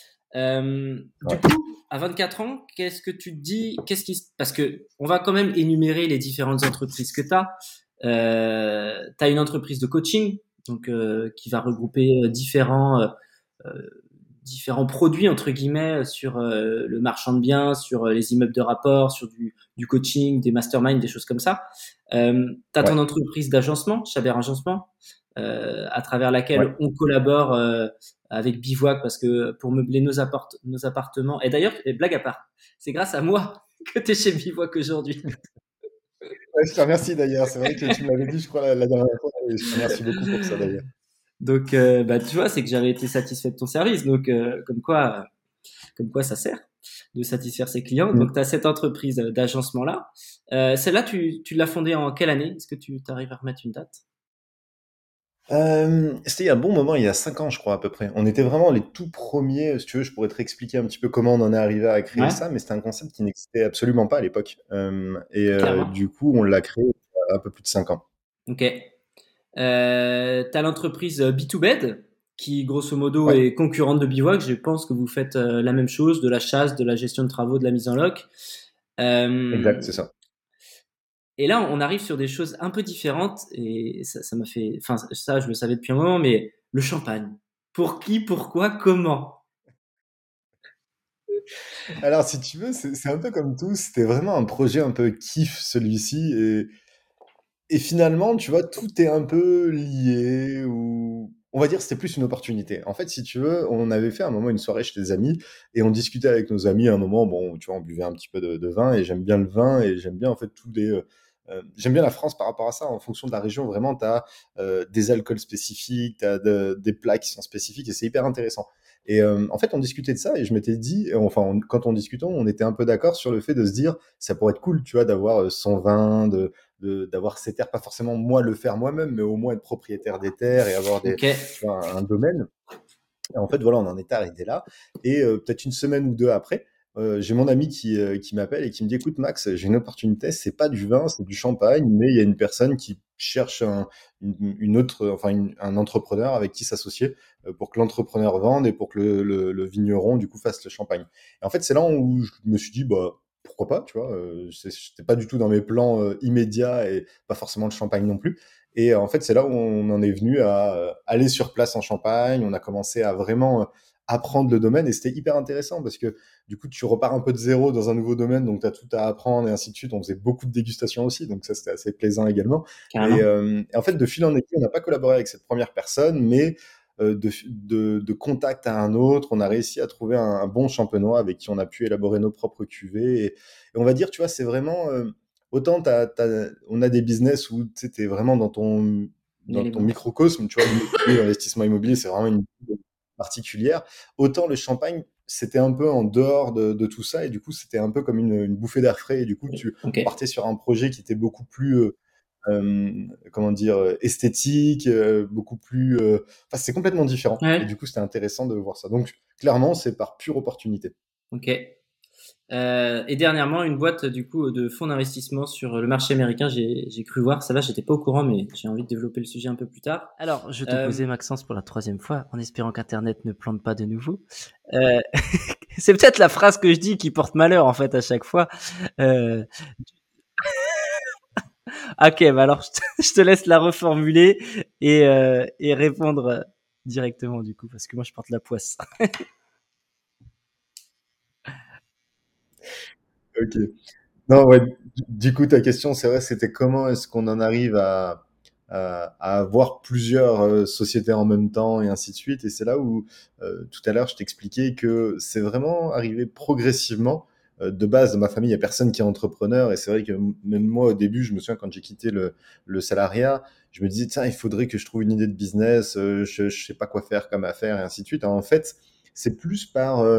Euh, du ouais, coup, à vingt-quatre ans, qu'est-ce que tu te dis, qu'est-ce qui, parce que on va quand même énumérer les différentes entreprises que tu as. Euh, tu as une entreprise de coaching, donc euh, qui va regrouper euh, différents euh, euh, différents produits entre guillemets sur euh, le marchand de biens, sur euh, les immeubles de rapport, sur du, du coaching, des masterminds, des choses comme ça. Euh, tu as ton ouais, entreprise d'agencement, Chabert Agencement, euh, à travers ouais. laquelle on collabore euh, avec Bivouac parce que pour meubler nos, appart nos appartements. Et d'ailleurs, blague à part, c'est grâce à moi que tu es chez Bivouac aujourd'hui. Ouais, je te remercie d'ailleurs. C'est vrai que tu me l'avais dit, je crois, la, la dernière fois, et je te remercie beaucoup pour ça d'ailleurs. Donc, euh, bah, tu vois, c'est que j'avais été satisfait de ton service. Donc, euh, comme quoi, comme quoi ça sert de satisfaire ses clients. Donc, Mm. tu as cette entreprise d'agencement-là. Euh, Celle-là, tu, tu l'as fondée en quelle année? Est-ce que tu arrives à remettre une date? Euh, c'était il y a un bon moment, il y a cinq ans, je crois, à peu près. On était vraiment les tout premiers. Si tu veux, je pourrais te réexpliquer un petit peu comment on en est arrivé à créer Ouais, ça, mais c'était un concept qui n'existait absolument pas à l'époque. Euh, et euh, clairement. du coup, on l'a créé il y a un peu plus de cinq ans. Ok. Euh, tu as l'entreprise B deux Bed qui, grosso modo, Ouais, est concurrente de Bivouac. Je pense que vous faites euh, la même chose, de la chasse, de la gestion de travaux, de la mise en loc. Euh, exact, c'est ça. et là, on arrive sur des choses un peu différentes et ça, ça m'a fait, enfin, ça, je le savais depuis un moment, mais le champagne. Pour qui, pourquoi, comment? Alors, si tu veux, c'est c'est un peu comme tout. C'était vraiment un projet un peu kiff, celui-ci. Et Et finalement, tu vois, tout est un peu lié ou on va dire c'était plus une opportunité. En fait, si tu veux, on avait fait un moment une soirée chez des amis et on discutait avec nos amis à un moment, bon, tu vois, on buvait un petit peu de, de vin et j'aime bien le vin et j'aime bien en fait tous les... euh, euh, j'aime bien la France par rapport à ça. En fonction de la région, vraiment, tu as des alcools spécifiques, tu as des plats qui sont spécifiques et c'est hyper intéressant. Et euh, en fait, on discutait de ça et je m'étais dit, enfin, on- quand on discutait, on était un peu d'accord sur le fait de se dire, ça pourrait être cool, tu vois, d'avoir euh, son vin, de, de- d'avoir ces terres, pas forcément moi le faire moi-même, mais au moins être propriétaire des terres et avoir des, Ok. tu vois, un, un domaine. Et en fait, voilà, on en était arrêté là. Et euh, peut-être une semaine ou deux après, euh, j'ai mon ami qui, euh, qui m'appelle et qui me dit, écoute Max, j'ai une opportunité, c'est pas du vin, c'est du champagne, mais il y a une personne qui cherche un, une, une autre, enfin une- un entrepreneur avec qui s'associer euh, pour que l'entrepreneur vende et pour que le, le, le vigneron du coup fasse le champagne. Et en fait, c'est là où je me suis dit, bah pourquoi pas, tu vois, euh, c'est- c'était pas du tout dans mes plans euh, immédiats et pas forcément le champagne non plus. Et en fait, c'est là où on en est venu à euh, aller sur place en Champagne. On a commencé à vraiment euh, apprendre le domaine et c'était hyper intéressant parce que du coup, tu repars un peu de zéro dans un nouveau domaine, donc tu as tout à apprendre et ainsi de suite. On faisait beaucoup de dégustations aussi, donc ça, c'était assez plaisant également. Et, Carrément. euh, et en fait, de fil en aiguille, on n'a pas collaboré avec cette première personne, mais euh, de, de, de contact à un autre, on a réussi à trouver un, un bon champenois avec qui on a pu élaborer nos propres cuvées. Et, et on va dire, tu vois, c'est vraiment... euh, autant t'as- t'as- on a des business où tu es vraiment dans ton, Un dans ton élément. microcosme, tu vois, l'immobilier, l'investissement immobilier, c'est vraiment une chose particulière. Autant le champagne, c'était un peu en dehors de, de tout ça, et du coup, c'était un peu comme une, une bouffée d'air frais, et du coup, tu Ok. partais sur un projet qui était beaucoup plus, euh, euh, comment dire, euh, esthétique, euh, beaucoup plus... euh, Enfin, c'est complètement différent, et Ouais. du coup, c'était intéressant de voir ça. Donc, clairement, c'est par pure opportunité. Ok. Euh, et dernièrement, une boîte du coup de fonds d'investissement sur le marché américain, j'ai j'ai cru voir. Ça va, j'étais pas au courant, mais j'ai envie de développer le sujet un peu plus tard. Alors, je te Euh, posais Maxence pour la troisième fois, en espérant qu'Internet ne plante pas de nouveau. Euh, c'est peut-être la phrase que je dis qui porte malheur en fait à chaque fois. Euh, ok, bah alors je te, je te laisse la reformuler et, euh, et répondre directement du coup, parce que moi je porte la poisse. ok. Non, ouais, du du coup, ta question, c'est vrai, c'était comment est-ce qu'on en arrive à, à, à avoir plusieurs euh, sociétés en même temps et ainsi de suite. Et c'est là où, euh, tout à l'heure, je t'expliquais que c'est vraiment arrivé progressivement. Euh, de base, dans ma famille, il n'y a personne qui est entrepreneur. Et c'est vrai que m- même moi, au début, je me souviens quand j'ai quitté le, le salariat, je me disais, tiens, il faudrait que je trouve une idée de business, euh, je ne sais pas quoi faire comme affaire et ainsi de suite. En fait, c'est plus par... euh,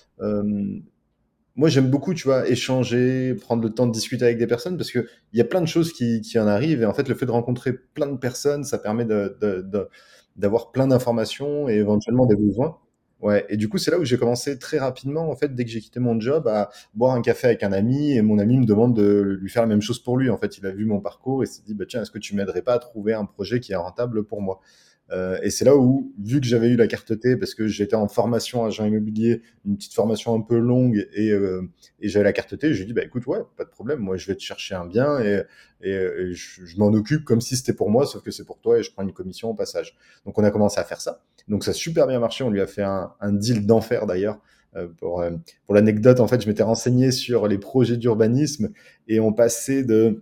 euh, moi, j'aime beaucoup, tu vois, échanger, prendre le temps de discuter avec des personnes parce que il y a plein de choses qui, qui en arrivent et en fait, le fait de rencontrer plein de personnes, ça permet de, de- de- d'avoir plein d'informations et éventuellement des besoins. Ouais. Et du coup, c'est là où j'ai commencé très rapidement, en fait, dès que j'ai quitté mon job, à boire un café avec un ami et mon ami me demande de lui faire la même chose pour lui. En fait, il a vu mon parcours et s'est dit, bah, tiens, est-ce que tu m'aiderais pas à trouver un projet qui est rentable pour moi? Euh, et c'est là où, vu que j'avais eu la carte T, parce que j'étais en formation agent immobilier, une petite formation un peu longue, et, euh, et j'avais la carte T, j'ai dit, bah écoute, ouais, pas de problème, moi je vais te chercher un bien, et, et, et je, je m'en occupe comme si c'était pour moi, sauf que c'est pour toi, et je prends une commission au passage. Donc on a commencé à faire ça. Donc ça a super bien marché, on lui a fait un, un deal d'enfer d'ailleurs. Euh, pour euh, pour l'anecdote, en fait, je m'étais renseigné sur les projets d'urbanisme, et on passait de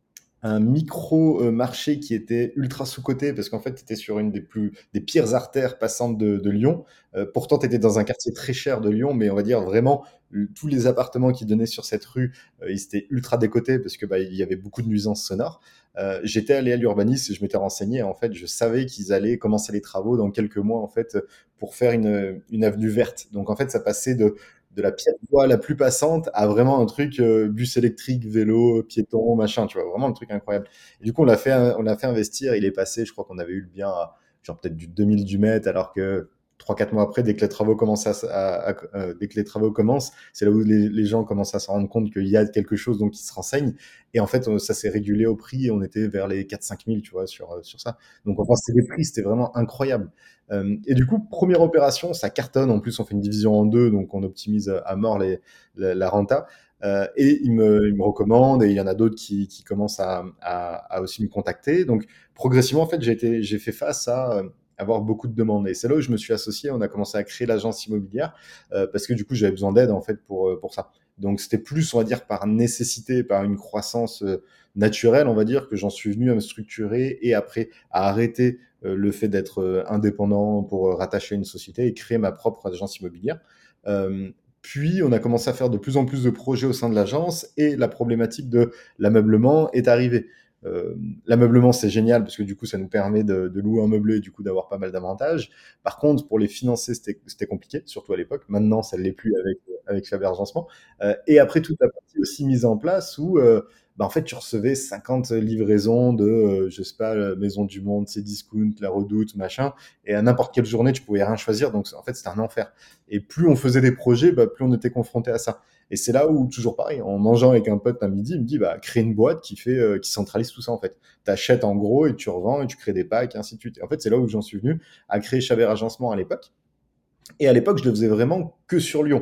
un micro euh, marché qui était ultra sous-coté parce qu'en fait, tu étais sur une des plus des pires artères passantes de, de Lyon. Euh, pourtant, tu étais dans un quartier très cher de Lyon, mais on va dire vraiment l- tous les appartements qui donnaient sur cette rue, euh, ils étaient ultra décotés parce que bah, il y avait beaucoup de nuisances sonores. Euh, j'étais allé à l'urbanisme et je m'étais renseigné. En fait, je savais qu'ils allaient commencer les travaux dans quelques mois en fait pour faire une, une avenue verte. Donc en fait, ça passait de de la pire voie la plus passante à vraiment un truc euh, bus électrique, vélo, piéton, machin, tu vois, vraiment un truc incroyable. Et du coup, on l'a fait, on l'a fait investir. Il est passé, je crois qu'on avait eu le bien à genre peut-être du deux mille du mètre, alors que trois quatre mois après, dès que les travaux commencent à, à- à- euh, dès que les travaux commencent, c'est là où les, les gens commencent à se rendre compte qu'il y a quelque chose, donc ils se renseignent. Et en fait, on- ça s'est régulé au prix et on était vers les quatre cinq mille, tu vois, sur, euh, sur ça. Donc, enfin, c'était des prix, c'était vraiment incroyable. Euh, et du coup, première opération, ça cartonne. En plus, on fait une division en deux, donc on optimise à mort les, la, la renta. Euh, et il me, il me recommande, et il y en a d'autres qui, qui commencent à, à, à aussi me contacter. Donc, progressivement, en fait, j'ai été, j'ai fait face à euh, avoir beaucoup de demandes. Et c'est là où je me suis associé. On a commencé à créer l'agence immobilière euh, parce que du coup, j'avais besoin d'aide en fait pour euh, pour ça. Donc, c'était plus, on va dire, par nécessité, par une croissance euh, naturelle, on va dire, que j'en suis venu à me structurer et après à arrêter euh, le fait d'être euh, indépendant pour euh, rattacher une société et créer ma propre agence immobilière. Euh, puis, on a commencé à faire de plus en plus de projets au sein de l'agence et la problématique de l'ameublement est arrivée. Euh, l'ameublement, c'est génial parce que du coup, ça nous permet de, de louer un meublé et du coup d'avoir pas mal d'avantages. Par contre, pour les financer, c'était c'était compliqué, surtout à l'époque. Maintenant, ça ne l'est plus avec, avec Faber Agencement. Euh, et après, toute la partie aussi mise en place où euh, bah, en fait, tu recevais cinquante livraisons de, euh, je sais pas, la Maison du Monde, Cdiscount, La Redoute, machin, et à n'importe quelle journée, tu pouvais rien choisir, donc en fait, c'était un enfer. Et plus on faisait des projets, bah, plus on était confronté à ça. Et c'est là où, toujours pareil, en mangeant avec un pote un midi, il me dit, bah, crée une boîte qui fait, euh, qui centralise tout ça, en fait. T'achètes en gros et tu revends et tu crées des packs, et ainsi de suite. Et en fait, c'est là où j'en suis venu à créer Chabert Agencement à l'époque. Et à l'époque, je le faisais vraiment que sur Lyon.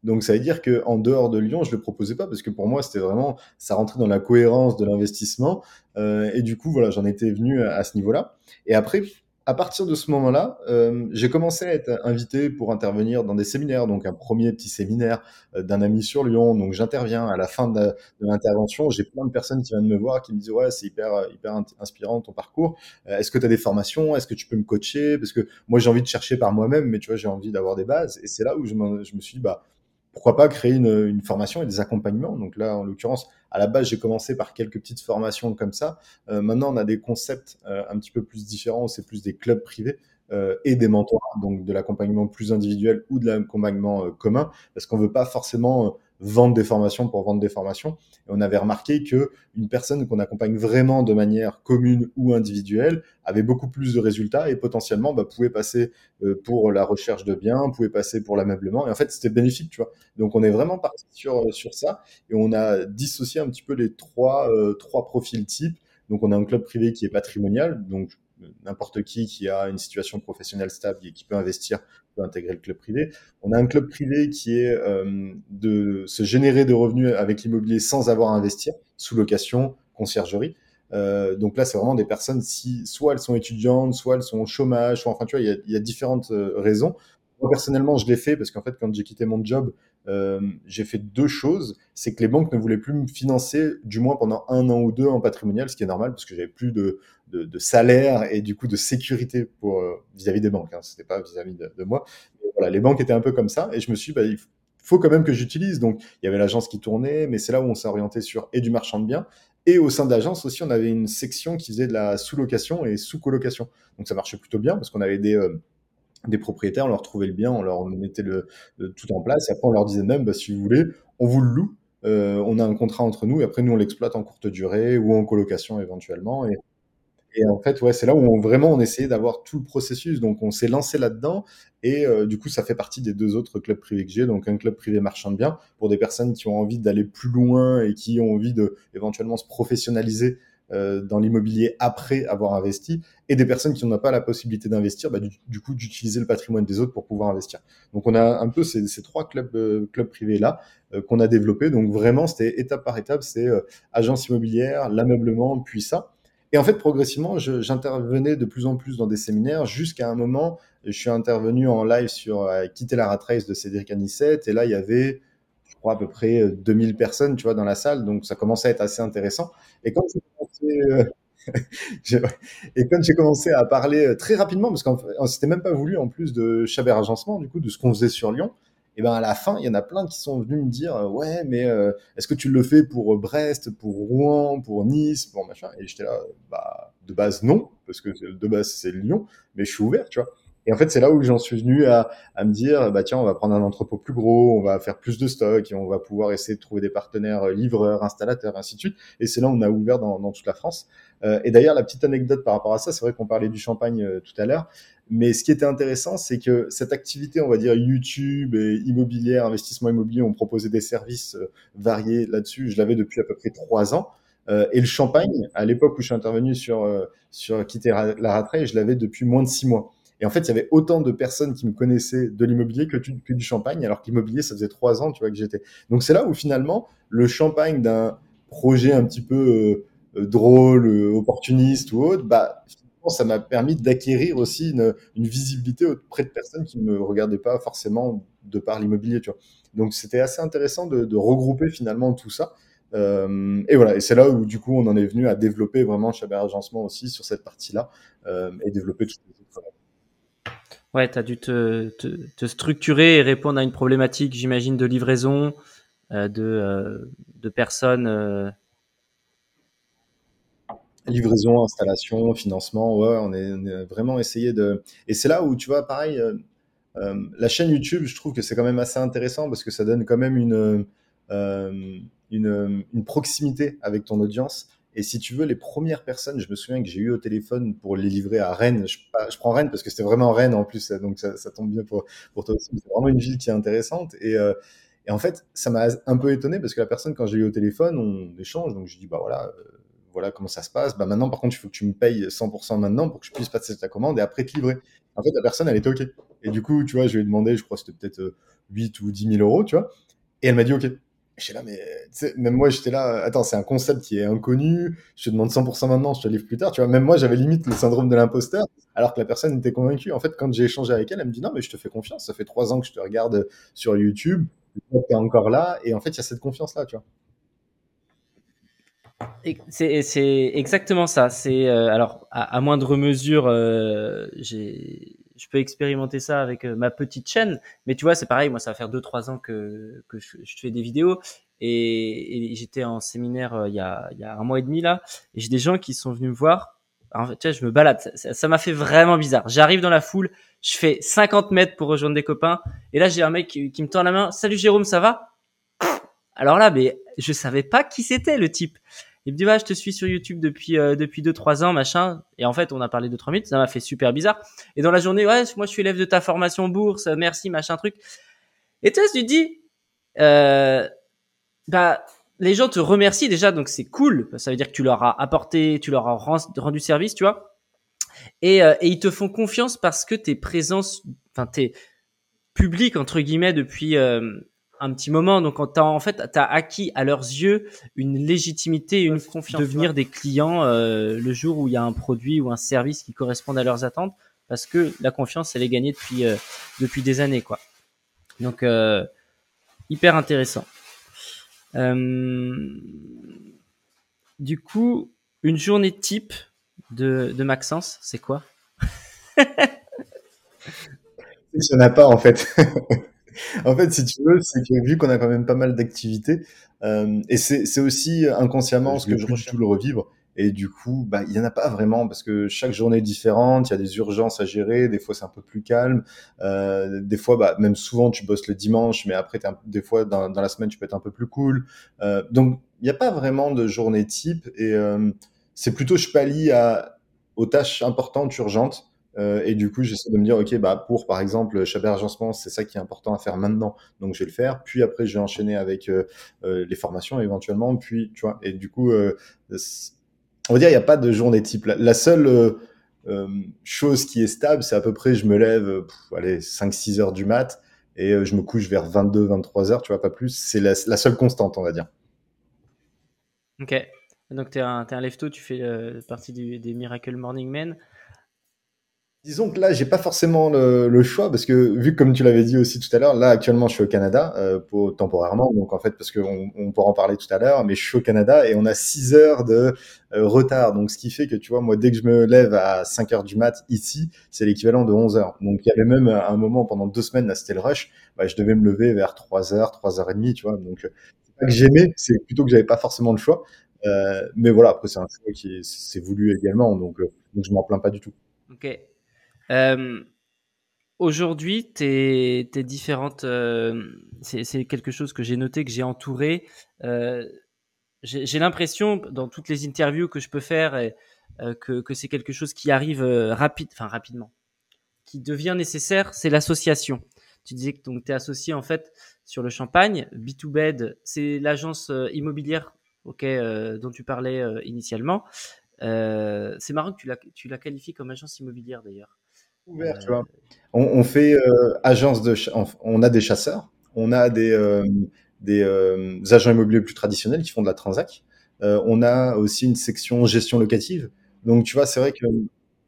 Donc ça veut dire qu'en dehors de Lyon, je le proposais pas parce que pour moi, c'était vraiment ça rentrait dans la cohérence de l'investissement, heu et du coup, voilà, j'en étais venu à à ce niveau-là et après, à partir de ce moment-là, hem, j'ai commencé à être invité pour intervenir dans des séminaires. Donc un premier petit séminaire, heu, d'un ami sur Lyon. Donc j'interviens. À la fin de de l'intervention, j'ai plein de personnes qui viennent me voir, qui me disent: «Ouais, c'est hyper, heu, hyper int inspirant ton parcours. Heu, est-ce que tu as des formations? Est-ce que tu peux me coacher?» Parce que moi, j'ai envie de chercher par moi-même, mais tu vois, j'ai envie d'avoir des bases et c'est là où je me je me suis dit: «Bah, pourquoi pas créer une, une formation et des accompagnements?» Donc là, en l'occurrence, à la base, j'ai commencé par quelques petites formations comme ça. Euh, maintenant, on a des concepts euh, un petit peu plus différents. C'est plus des clubs privés euh, et des mentorats, donc de l'accompagnement plus individuel ou de l'accompagnement euh, commun, parce qu'on veut pas forcément euh, vendre des formations pour vendre des formations. Et on avait remarqué que une personne qu'on accompagne vraiment de manière commune ou individuelle avait beaucoup plus de résultats et potentiellement bah, pouvait passer euh, pour la recherche de biens, pouvait passer pour l'ameublement. Et en fait, c'était bénéfique, tu vois. Donc, on est vraiment parti sur, sur ça et on a dissocié un petit peu les trois, euh, trois profils types. Donc, on a un club privé qui est patrimonial, donc n'importe qui qui a une situation professionnelle stable et qui peut investir peut intégrer le club privé. On a un club privé qui est euh, de se générer de revenus avec l'immobilier sans avoir à investir, sous location, conciergerie. Euh, donc là, c'est vraiment des personnes, si soit elles sont étudiantes, soit elles sont au chômage, soit, enfin, tu vois, il y a, il y a différentes euh, raisons. Moi, personnellement, je l'ai fait parce qu'en fait, quand j'ai quitté mon job, euh, j'ai fait deux choses. C'est que les banques ne voulaient plus me financer, du moins pendant un an ou deux en patrimonial, ce qui est normal parce que j'avais plus de, de, de salaire et du coup de sécurité pour euh, vis-à-vis des banques. Hein, c'était pas vis-à-vis de, de moi. Mais voilà, les banques étaient un peu comme ça et je me suis, dit, bah, il faut quand même que j'utilise. Donc, il y avait l'agence qui tournait, mais c'est là où on s'est orienté sur et du marchand de biens. Et au sein de l'agence aussi, on avait une section qui faisait de la sous-location et sous-colocation. Donc ça marchait plutôt bien parce qu'on avait des, euh, des propriétaires, on leur trouvait le bien, on leur mettait le, le- tout en place. Et après, on leur disait même, bah, si vous voulez, on vous le loue. Euh, on a un contrat entre nous et après, nous, on l'exploite en courte durée ou en colocation éventuellement. Et et en fait, ouais, c'est là où on, vraiment on essayait d'avoir tout le processus. Donc, on s'est lancé là-dedans. Et euh, du coup, ça fait partie des deux autres clubs privés que j'ai. Donc, un club privé marchand de biens pour des personnes qui ont envie d'aller plus loin et qui ont envie de éventuellement se professionnaliser euh, dans l'immobilier après avoir investi. Et des personnes qui n'ont pas la possibilité d'investir, bah, du, du coup, d'utiliser le patrimoine des autres pour pouvoir investir. Donc, on a un peu ces, ces trois clubs, euh, clubs privés-là euh, qu'on a développés. Donc, vraiment, c'était étape par étape. C'est euh, agence immobilière, l'ameublement, puis ça. Et en fait, progressivement, je- j'intervenais de plus en plus dans des séminaires jusqu'à un moment, je suis intervenu en live sur euh, Quitter la rat race de Cédric Anissette. Et là, il y avait, je crois, à peu près euh, deux mille personnes, tu vois, dans la salle. Donc, ça commençait à être assez intéressant. Et quand j'ai commencé, euh, j'ai- et quand j'ai commencé à parler euh, très rapidement, parce qu'on on s'était même pas voulu en plus de Chabert Agencement, du coup, de ce qu'on faisait sur Lyon, et ben à la fin, il y en a plein qui sont venus me dire euh, ouais, mais euh, est-ce que tu le fais pour euh, Brest, pour Rouen, pour Nice, pour machin? Et j'étais là, euh, bah de base non, parce que c'est- de base c'est Lyon, mais je suis ouvert, tu vois. Et en fait, c'est là où j'en suis venu à, à me dire, bah tiens, on va prendre un entrepôt plus gros, on va faire plus de stock, et on va pouvoir essayer de trouver des partenaires euh, livreurs, installateurs, ainsi de suite. Et c'est là où on a ouvert dans, dans toute la France. Euh, et d'ailleurs, la petite anecdote par rapport à ça, c'est vrai qu'on parlait du champagne euh, tout à l'heure, mais ce qui était intéressant, c'est que cette activité, on va dire YouTube et immobilière, investissement immobilier, on proposait des services euh, variés là-dessus. Je l'avais depuis à peu près trois ans. Euh, et le champagne, à l'époque où je suis intervenu sur, euh, sur Quitter la Ratrée, je l'avais depuis moins de six mois. Et en fait, il y avait autant de personnes qui me connaissaient de l'immobilier que, tu- que du champagne, alors que l'immobilier, ça faisait trois ans, tu vois, que j'étais. Donc c'est là où finalement, le champagne d'un projet un petit peu euh, euh, drôle, euh, opportuniste ou autre, bah, finalement, ça m'a permis d'acquérir aussi une, une visibilité auprès de personnes qui ne me regardaient pas forcément de par l'immobilier, tu vois. Donc c'était assez intéressant de, de regrouper finalement tout ça. Euh, et voilà, et c'est là où du coup on en est venu à développer vraiment Chabert Agencement aussi sur cette partie-là euh, et développer toutes les autres. Ouais, tu as dû te, te, te structurer et répondre à une problématique, j'imagine, de livraison, euh, de, euh, de personnes. euh, Livraison, installation, financement, ouais, on est, on est vraiment essayé de. Et c'est là où tu vois, pareil, euh, Euh, la chaîne YouTube, je trouve que c'est quand même assez intéressant parce que ça donne quand même une, euh, une, une proximité avec ton audience. Et si tu veux, les premières personnes, je me souviens que j'ai eu au téléphone pour les livrer à Rennes. Je, pas- je prends Rennes parce que c'était vraiment Rennes en plus, donc ça, ça tombe bien pour, pour toi aussi. C'est vraiment une ville qui est intéressante. Et, euh, et en fait, ça m'a un peu étonné parce que la personne, quand j'ai eu au téléphone, on échange. Donc je dis, bah voilà, euh, voilà comment ça se passe. Bah maintenant, par contre, il faut que tu me payes cent pour cent maintenant pour que je puisse passer ta commande et après te livrer. En fait, la personne, elle était OK. Et du coup, tu vois, je lui ai demandé, je crois que c'était peut-être euh, huit ou dix mille euros, tu vois. Et elle m'a dit OK. J'étais là, mais tu sais, même moi, j'étais là, attends, c'est un concept qui est inconnu, je te demande cent pour cent maintenant, je te livre plus tard, tu vois. Même moi, j'avais limite le syndrome de l'imposteur, alors que la personne était convaincue. En fait, quand j'ai échangé avec elle, elle me dit non, mais je te fais confiance, ça fait trois ans que je te regarde sur YouTube, tu es encore là, et en fait, il y a cette confiance-là, tu vois. Et C'est c'est exactement ça. C'est euh, alors à, à moindre mesure, euh, j'ai, je peux expérimenter ça avec euh, ma petite chaîne. Mais tu vois, c'est pareil. Moi, ça va faire deux trois ans que que je, je fais des vidéos et, et j'étais en séminaire euh, il y a il y a un mois et demi là. Et j'ai des gens qui sont venus me voir. Alors, tu vois, je me balade. Ça- Ça ça m'a fait vraiment bizarre. J'arrive dans la foule, je fais cinquante mètres pour rejoindre des copains. Et là, j'ai un mec qui, qui me tend la main. Salut Jérôme, ça va? Alors là, mais je savais pas qui c'était le type. Il me dit ouais, je te suis sur YouTube depuis euh, depuis deux trois ans machin. Et en fait, on a parlé deux trois minutes, ça m'a fait super bizarre. Et dans la journée, ouais, moi je suis élève de ta formation bourse, merci machin truc. Et toi, tu te dis euh, bah les gens te remercient déjà, donc c'est cool. Ça veut dire que tu leur as apporté, tu leur as rendu service, tu vois. Et, euh, et ils te font confiance parce que t'es présent, enfin t'es public entre guillemets depuis euh, un petit moment. Donc t'as, en fait, t'as acquis à leurs yeux une légitimité, une confiance, devenir des clients euh, le jour où il y a un produit ou un service qui correspond à leurs attentes, parce que la confiance, elle est gagnée depuis euh, depuis des années, quoi. Donc euh, hyper intéressant. Euh, du coup, une journée type de, de Maxence, c'est quoi? Il n'y en a pas, en fait. En fait, si tu veux, c'est que vu qu'on a quand même pas mal d'activités, euh, et c'est c'est aussi inconsciemment, je voulais plus du tout le revivre. Et du coup, bah, il y en a pas vraiment parce que chaque journée est différente. Il y a des urgences à gérer. Des fois, c'est un peu plus calme. Euh, des fois, bah, même souvent, tu bosses le dimanche, mais après, t'es un- des fois, dans, dans la semaine, tu peux être un peu plus cool. Euh, donc, il n'y a pas vraiment de journée type. Et euh, c'est plutôt, je pallie à, aux tâches importantes, urgentes. Euh, et du coup, j'essaie de me dire, OK, bah, pour, par exemple, Chabert Agencement, c'est ça qui est important à faire maintenant. Donc, je vais le faire. Puis après, je vais enchaîner avec euh, euh, les formations éventuellement. Puis, tu vois, et du coup, euh, on va dire, il n'y a pas de journée type. La, la seule euh, euh, chose qui est stable, c'est à peu près, je me lève, euh, pff, allez, cinq six heures du mat et euh, je me couche vers vingt-deux vingt-trois heures, tu vois, pas plus. C'est la, la seule constante, on va dire. Ok. Donc t'es un, t'es un lève-tôt, tu fais euh, partie du, des Miracle Morning Men. Disons que là, j'ai pas forcément le, le choix parce que vu que comme tu l'avais dit aussi tout à l'heure, là actuellement je suis au Canada euh, pour, temporairement, donc en fait parce qu'on on pourra en parler tout à l'heure, mais je suis au Canada et on a six heures de euh, retard, donc ce qui fait que tu vois, moi dès que je me lève à cinq heures du mat ici, c'est l'équivalent de onze heures. Donc il y avait même un moment pendant deux semaines, là c'était le rush, bah, je devais me lever vers trois heures, trois heures trente, tu vois, donc euh, c'est pas que j'aimais, c'est plutôt que j'avais pas forcément le choix. Euh, mais voilà, après c'est un choix qui est, c'est voulu également, donc, euh, donc je m'en plains pas du tout. Ok. Euh, Aujourd'hui, tes, tes différentes, euh, c'est, c'est quelque chose que j'ai noté, que j'ai entouré. Euh, j'ai, j'ai l'impression, dans toutes les interviews que je peux faire, et, euh, que, que c'est quelque chose qui arrive euh, rapide, enfin rapidement, qui devient nécessaire, c'est l'association. Tu disais que tu es associé en fait sur le Champagne. B deux Bed, c'est l'agence euh, immobilière ok, euh, dont tu parlais euh, initialement. Euh, c'est marrant que tu la, tu la qualifies comme agence immobilière d'ailleurs. Ouvert, tu Euh, vois. On, on fait euh, agence de, ch- on, on a des chasseurs, on a des, euh, des euh, agents immobiliers plus traditionnels qui font de la transac. Euh, on a aussi une section gestion locative. Donc, tu vois, c'est vrai que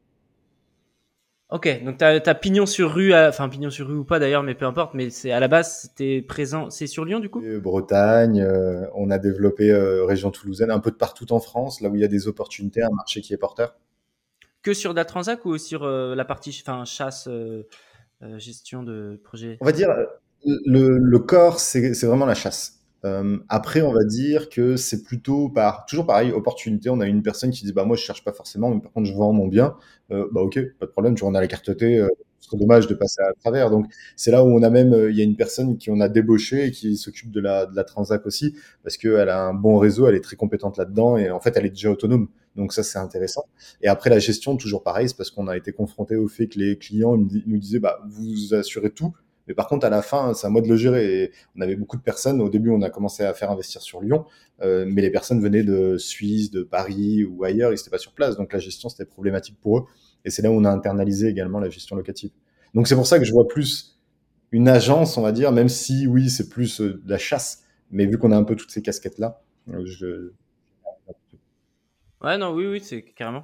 Ok, donc t'as as pignon sur rue, à- enfin pignon sur rue ou pas d'ailleurs, mais peu importe. Mais c'est à la base, c'était présent. C'est sur Lyon du coup? euh, Bretagne, euh, on a développé euh, région toulousaine, un peu de partout en France, là où il y a des opportunités, un marché qui est porteur. Que sur de la transac ou sur euh, la partie, enfin chasse, euh, euh, gestion de projet? On va dire, euh, le, le corps, c'est c'est vraiment la chasse. Euh, après, on va dire que c'est plutôt par, toujours pareil, opportunité. On a une personne qui dit, bah, moi, je cherche pas forcément, mais par contre, je vends mon bien. Euh, bah, ok, pas de problème, tu vois, on a la carte T, euh, ce serait dommage de passer à travers. Donc, c'est là où on a même, euh, il y a une personne qui on a débauché et qui s'occupe de la, de la transac aussi, parce qu'elle a un bon réseau, elle est très compétente là-dedans et en fait, elle est déjà autonome. Donc, ça, c'est intéressant. Et après, la gestion, toujours pareil, c'est parce qu'on a été confronté au fait que les clients ils me di- nous disaient, bah, vous assurez tout. Mais par contre, à la fin, c'est à moi de le gérer. Et on avait beaucoup de personnes. Au début, on a commencé à faire investir sur Lyon, euh, mais les personnes venaient de Suisse, de Paris ou ailleurs. Ils n'étaient pas sur place. Donc la gestion, c'était problématique pour eux. Et c'est là où on a internalisé également la gestion locative. Donc c'est pour ça que je vois plus une agence, on va dire, même si oui, c'est plus euh, de la chasse, mais vu qu'on a un peu toutes ces casquettes-là, euh, je... Ouais, non, oui, oui, c'est carrément.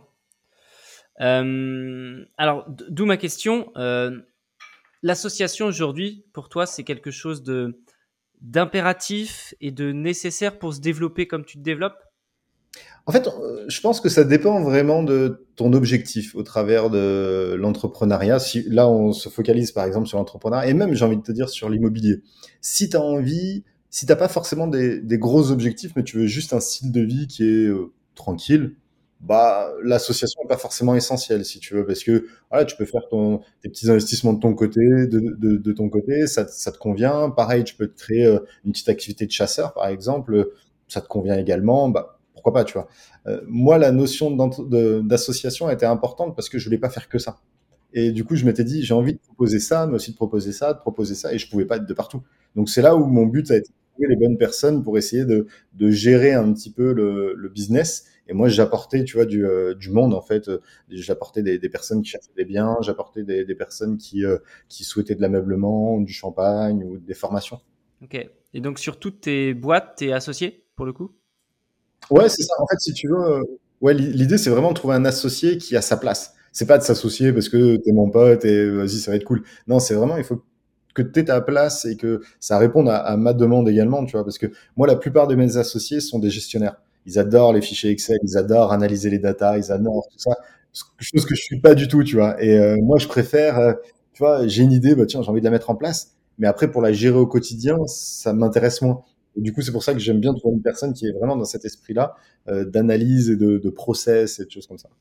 Euh, alors, d- d'où ma question. Euh, l'association aujourd'hui, pour toi, c'est quelque chose de d'impératif et de nécessaire pour se développer comme tu te développes? En fait, euh, je pense que ça dépend vraiment de ton objectif au travers de l'entrepreneuriat. Si, là, on se focalise par exemple sur l'entrepreneuriat et même, j'ai envie de te dire, sur l'immobilier. Si tu as envie, si t'as pas forcément des, des gros objectifs, mais tu veux juste un style de vie qui est euh, tranquille, bah, l'association n'est pas forcément essentielle, si tu veux, parce que voilà, tu peux faire ton, tes petits investissements de ton côté, de, de, de ton côté, ça, ça te convient. Pareil, tu peux te créer euh, une petite activité de chasseur, par exemple, ça te convient également, bah, pourquoi pas, tu vois. Euh, moi, la notion d'ent- de- d'association était importante parce que je voulais pas faire que ça. Et du coup, je m'étais dit, j'ai envie de proposer ça, mais aussi de proposer ça, de proposer ça, et je pouvais pas être de partout. Donc c'est là où mon but a été de trouver les bonnes personnes pour essayer de, de gérer un petit peu le, le business. Et moi, j'apportais, tu vois, du, euh, du monde, en fait. Euh, J'apportais des, des personnes qui cherchaient des biens, j'apportais des, des personnes qui, euh, qui souhaitaient de l'ameublement, du champagne ou des formations. Ok. Et donc, sur toutes tes boîtes, t'es associé, pour le coup? Ouais, c'est ça. En fait, si tu veux, euh, ouais, l'i- l'idée, c'est vraiment de trouver un associé qui a sa place. C'est pas de s'associer parce que t'es mon pote et euh, vas-y, ça va être cool. Non, c'est vraiment, il faut que t'aies ta place et que ça réponde à, à ma demande également, tu vois. Parce que moi, la plupart de mes associés sont des gestionnaires. Ils adorent les fichiers Excel, ils adorent analyser les datas, ils adorent tout ça. Ce- Chose que je suis pas du tout, tu vois. Et euh, moi, je préfère, euh, tu vois, j'ai une idée, bah tiens, j'ai envie de la mettre en place. Mais après, pour la gérer au quotidien, ça m'intéresse moins. Et du coup, c'est pour ça que j'aime bien trouver une personne qui est vraiment dans cet esprit-là, euh, d'analyse et de, de process et de choses comme ça.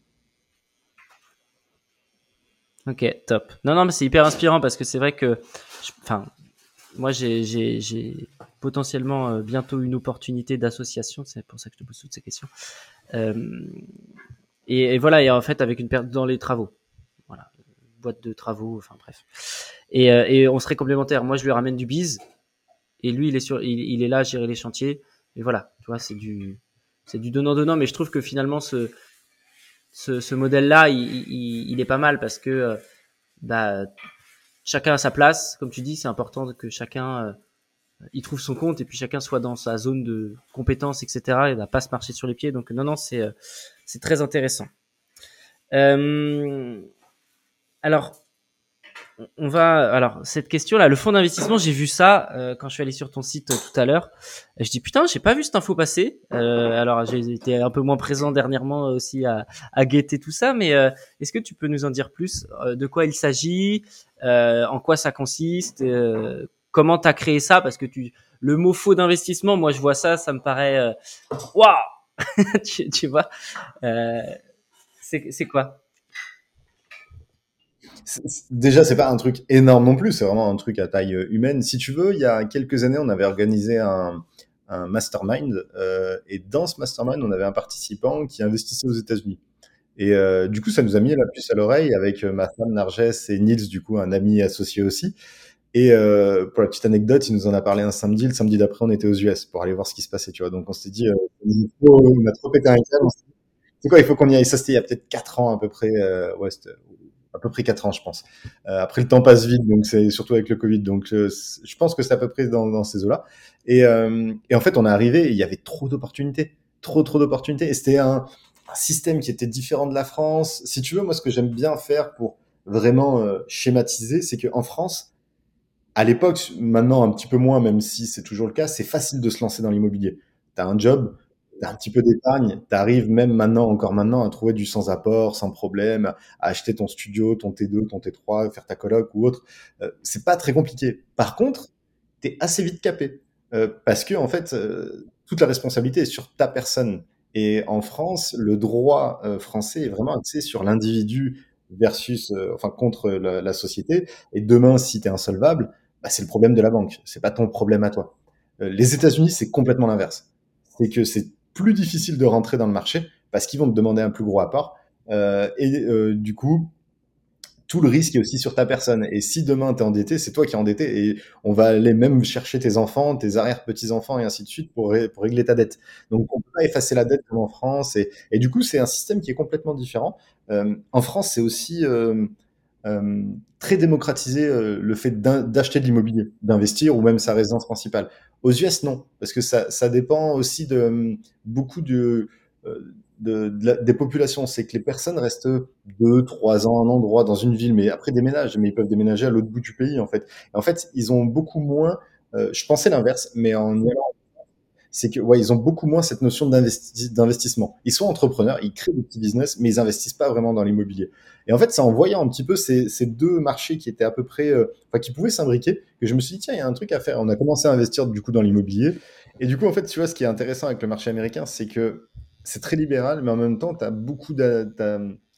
Ok, top. Non, non, mais c'est hyper inspirant parce que c'est vrai que, je- enfin, moi, j'ai, j'ai, j'ai potentiellement euh, bientôt une opportunité d'association. C'est pour ça que je te pose toutes ces questions. Euh, et, et voilà, et en fait, avec une perte dans les travaux. Voilà, boîte de travaux, enfin bref. Et, euh, et on serait complémentaires. Moi, je lui ramène du bise et lui, il est sur, il, il est là à gérer les chantiers. Et voilà, tu vois, c'est du, c'est du donnant donnant. Mais je trouve que finalement, ce, ce, ce modèle-là, il, il, il est pas mal parce que euh, bah, chacun a sa place. Comme tu dis, c'est important que chacun euh, il trouve son compte et puis chacun soit dans sa zone de compétences, et cetera. Et va pas se marcher sur les pieds. Donc non, non, c'est euh, c'est très intéressant. Euh, alors, on va. Alors, cette question-là, le fonds d'investissement, j'ai vu ça euh, quand je suis allé sur ton site euh, tout à l'heure. Et je dis putain, j'ai pas vu cette info passer. Euh, alors, j'ai été un peu moins présent dernièrement aussi à, à guetter tout ça, mais euh, est-ce que tu peux nous en dire plus euh, de quoi il s'agit, euh, en quoi ça consiste, euh, comment t'as créé ça? Parce que tu, le mot faux d'investissement, moi je vois ça, ça me paraît euh, waouh, tu, tu vois. Euh, c'est c'est quoi? C'est- c'est- Déjà, c'est pas un truc énorme non plus, c'est vraiment un truc à taille euh, humaine. Si tu veux, il y a quelques années, on avait organisé un, un mastermind, euh, et dans ce mastermind, on avait un participant qui investissait aux États-Unis. Et euh, du coup, ça nous a mis la puce à l'oreille avec euh, ma femme Narges et Nils, du coup, un ami associé aussi. Et euh, pour la petite anecdote, il nous en a parlé un samedi. Le samedi d'après, on était aux U S pour aller voir ce qui se passait, tu vois. Donc, on s'est dit, euh, il faut- on a trop pété un câble. On s'est dit, c'est quoi, il faut qu'on y aille. Ça, c'était il y a peut-être quatre ans à peu près. Euh, ouais, c'était à peu près quatre ans, je pense. Euh, après, le temps passe vite, donc c'est surtout avec le Covid. Donc, euh, c'est- je pense que c'est à peu près dans, dans ces eaux-là. Et, euh, et en fait, on est arrivé et il y avait trop d'opportunités. Trop, trop d'opportunités. Et c'était un, un système qui était différent de la France. Si tu veux, moi, ce que j'aime bien faire pour vraiment euh, schématiser, c'est qu'en France, à l'époque, maintenant un petit peu moins, même si c'est toujours le cas, c'est facile de se lancer dans l'immobilier. Tu as un job, tu as un petit peu d'épargne, tu arrives même maintenant, encore maintenant, à trouver du sans apport, sans problème, à acheter ton studio, ton T deux, ton T trois, faire ta coloc ou autre. Euh, c'est pas très compliqué. Par contre, tu es assez vite capé. Euh, parce que, en fait, euh, toute la responsabilité est sur ta personne. Et en France, le droit euh, français est vraiment axé sur l'individu versus, euh, enfin, contre la, la société. Et demain, si tu es insolvable, bah, c'est le problème de la banque. C'est pas ton problème à toi. Euh, les États-Unis, c'est complètement l'inverse. C'est que c'est plus difficile de rentrer dans le marché parce qu'ils vont te demander un plus gros apport. Euh, et euh, du coup, tout le risque est aussi sur ta personne. Et si demain tu es endetté, c'est toi qui es endetté et on va aller même chercher tes enfants, tes arrière-petits-enfants et ainsi de suite pour, ré- pour régler ta dette. Donc on peut pas effacer la dette comme en France. Et, et du coup, c'est un système qui est complètement différent. Euh, en France, c'est aussi, euh, euh, très démocratisé euh, le fait d'in- d'acheter de l'immobilier, d'investir ou même sa résidence principale. Aux U S, non, parce que ça, ça dépend aussi de euh, beaucoup de, euh, de, de la- des populations. C'est que les personnes restent deux, trois ans, un endroit dans une ville, mais après déménagent, mais ils peuvent déménager à l'autre bout du pays en fait. Et en fait, ils ont beaucoup moins. Euh, je pensais l'inverse, mais en y allant c'est que ouais, ils ont beaucoup moins cette notion d'investi- d'investissement. Ils sont entrepreneurs, ils créent des petits business, mais ils investissent pas vraiment dans l'immobilier. Et en fait, c'est en voyant un petit peu ces, ces deux marchés qui étaient à peu près, euh, enfin, qui pouvaient s'imbriquer, que je me suis dit, tiens, il y a un truc à faire. On a commencé à investir du coup dans l'immobilier. Et du coup, en fait, tu vois, ce qui est intéressant avec le marché américain, c'est que c'est très libéral, mais en même temps, tu as beaucoup de, t'as-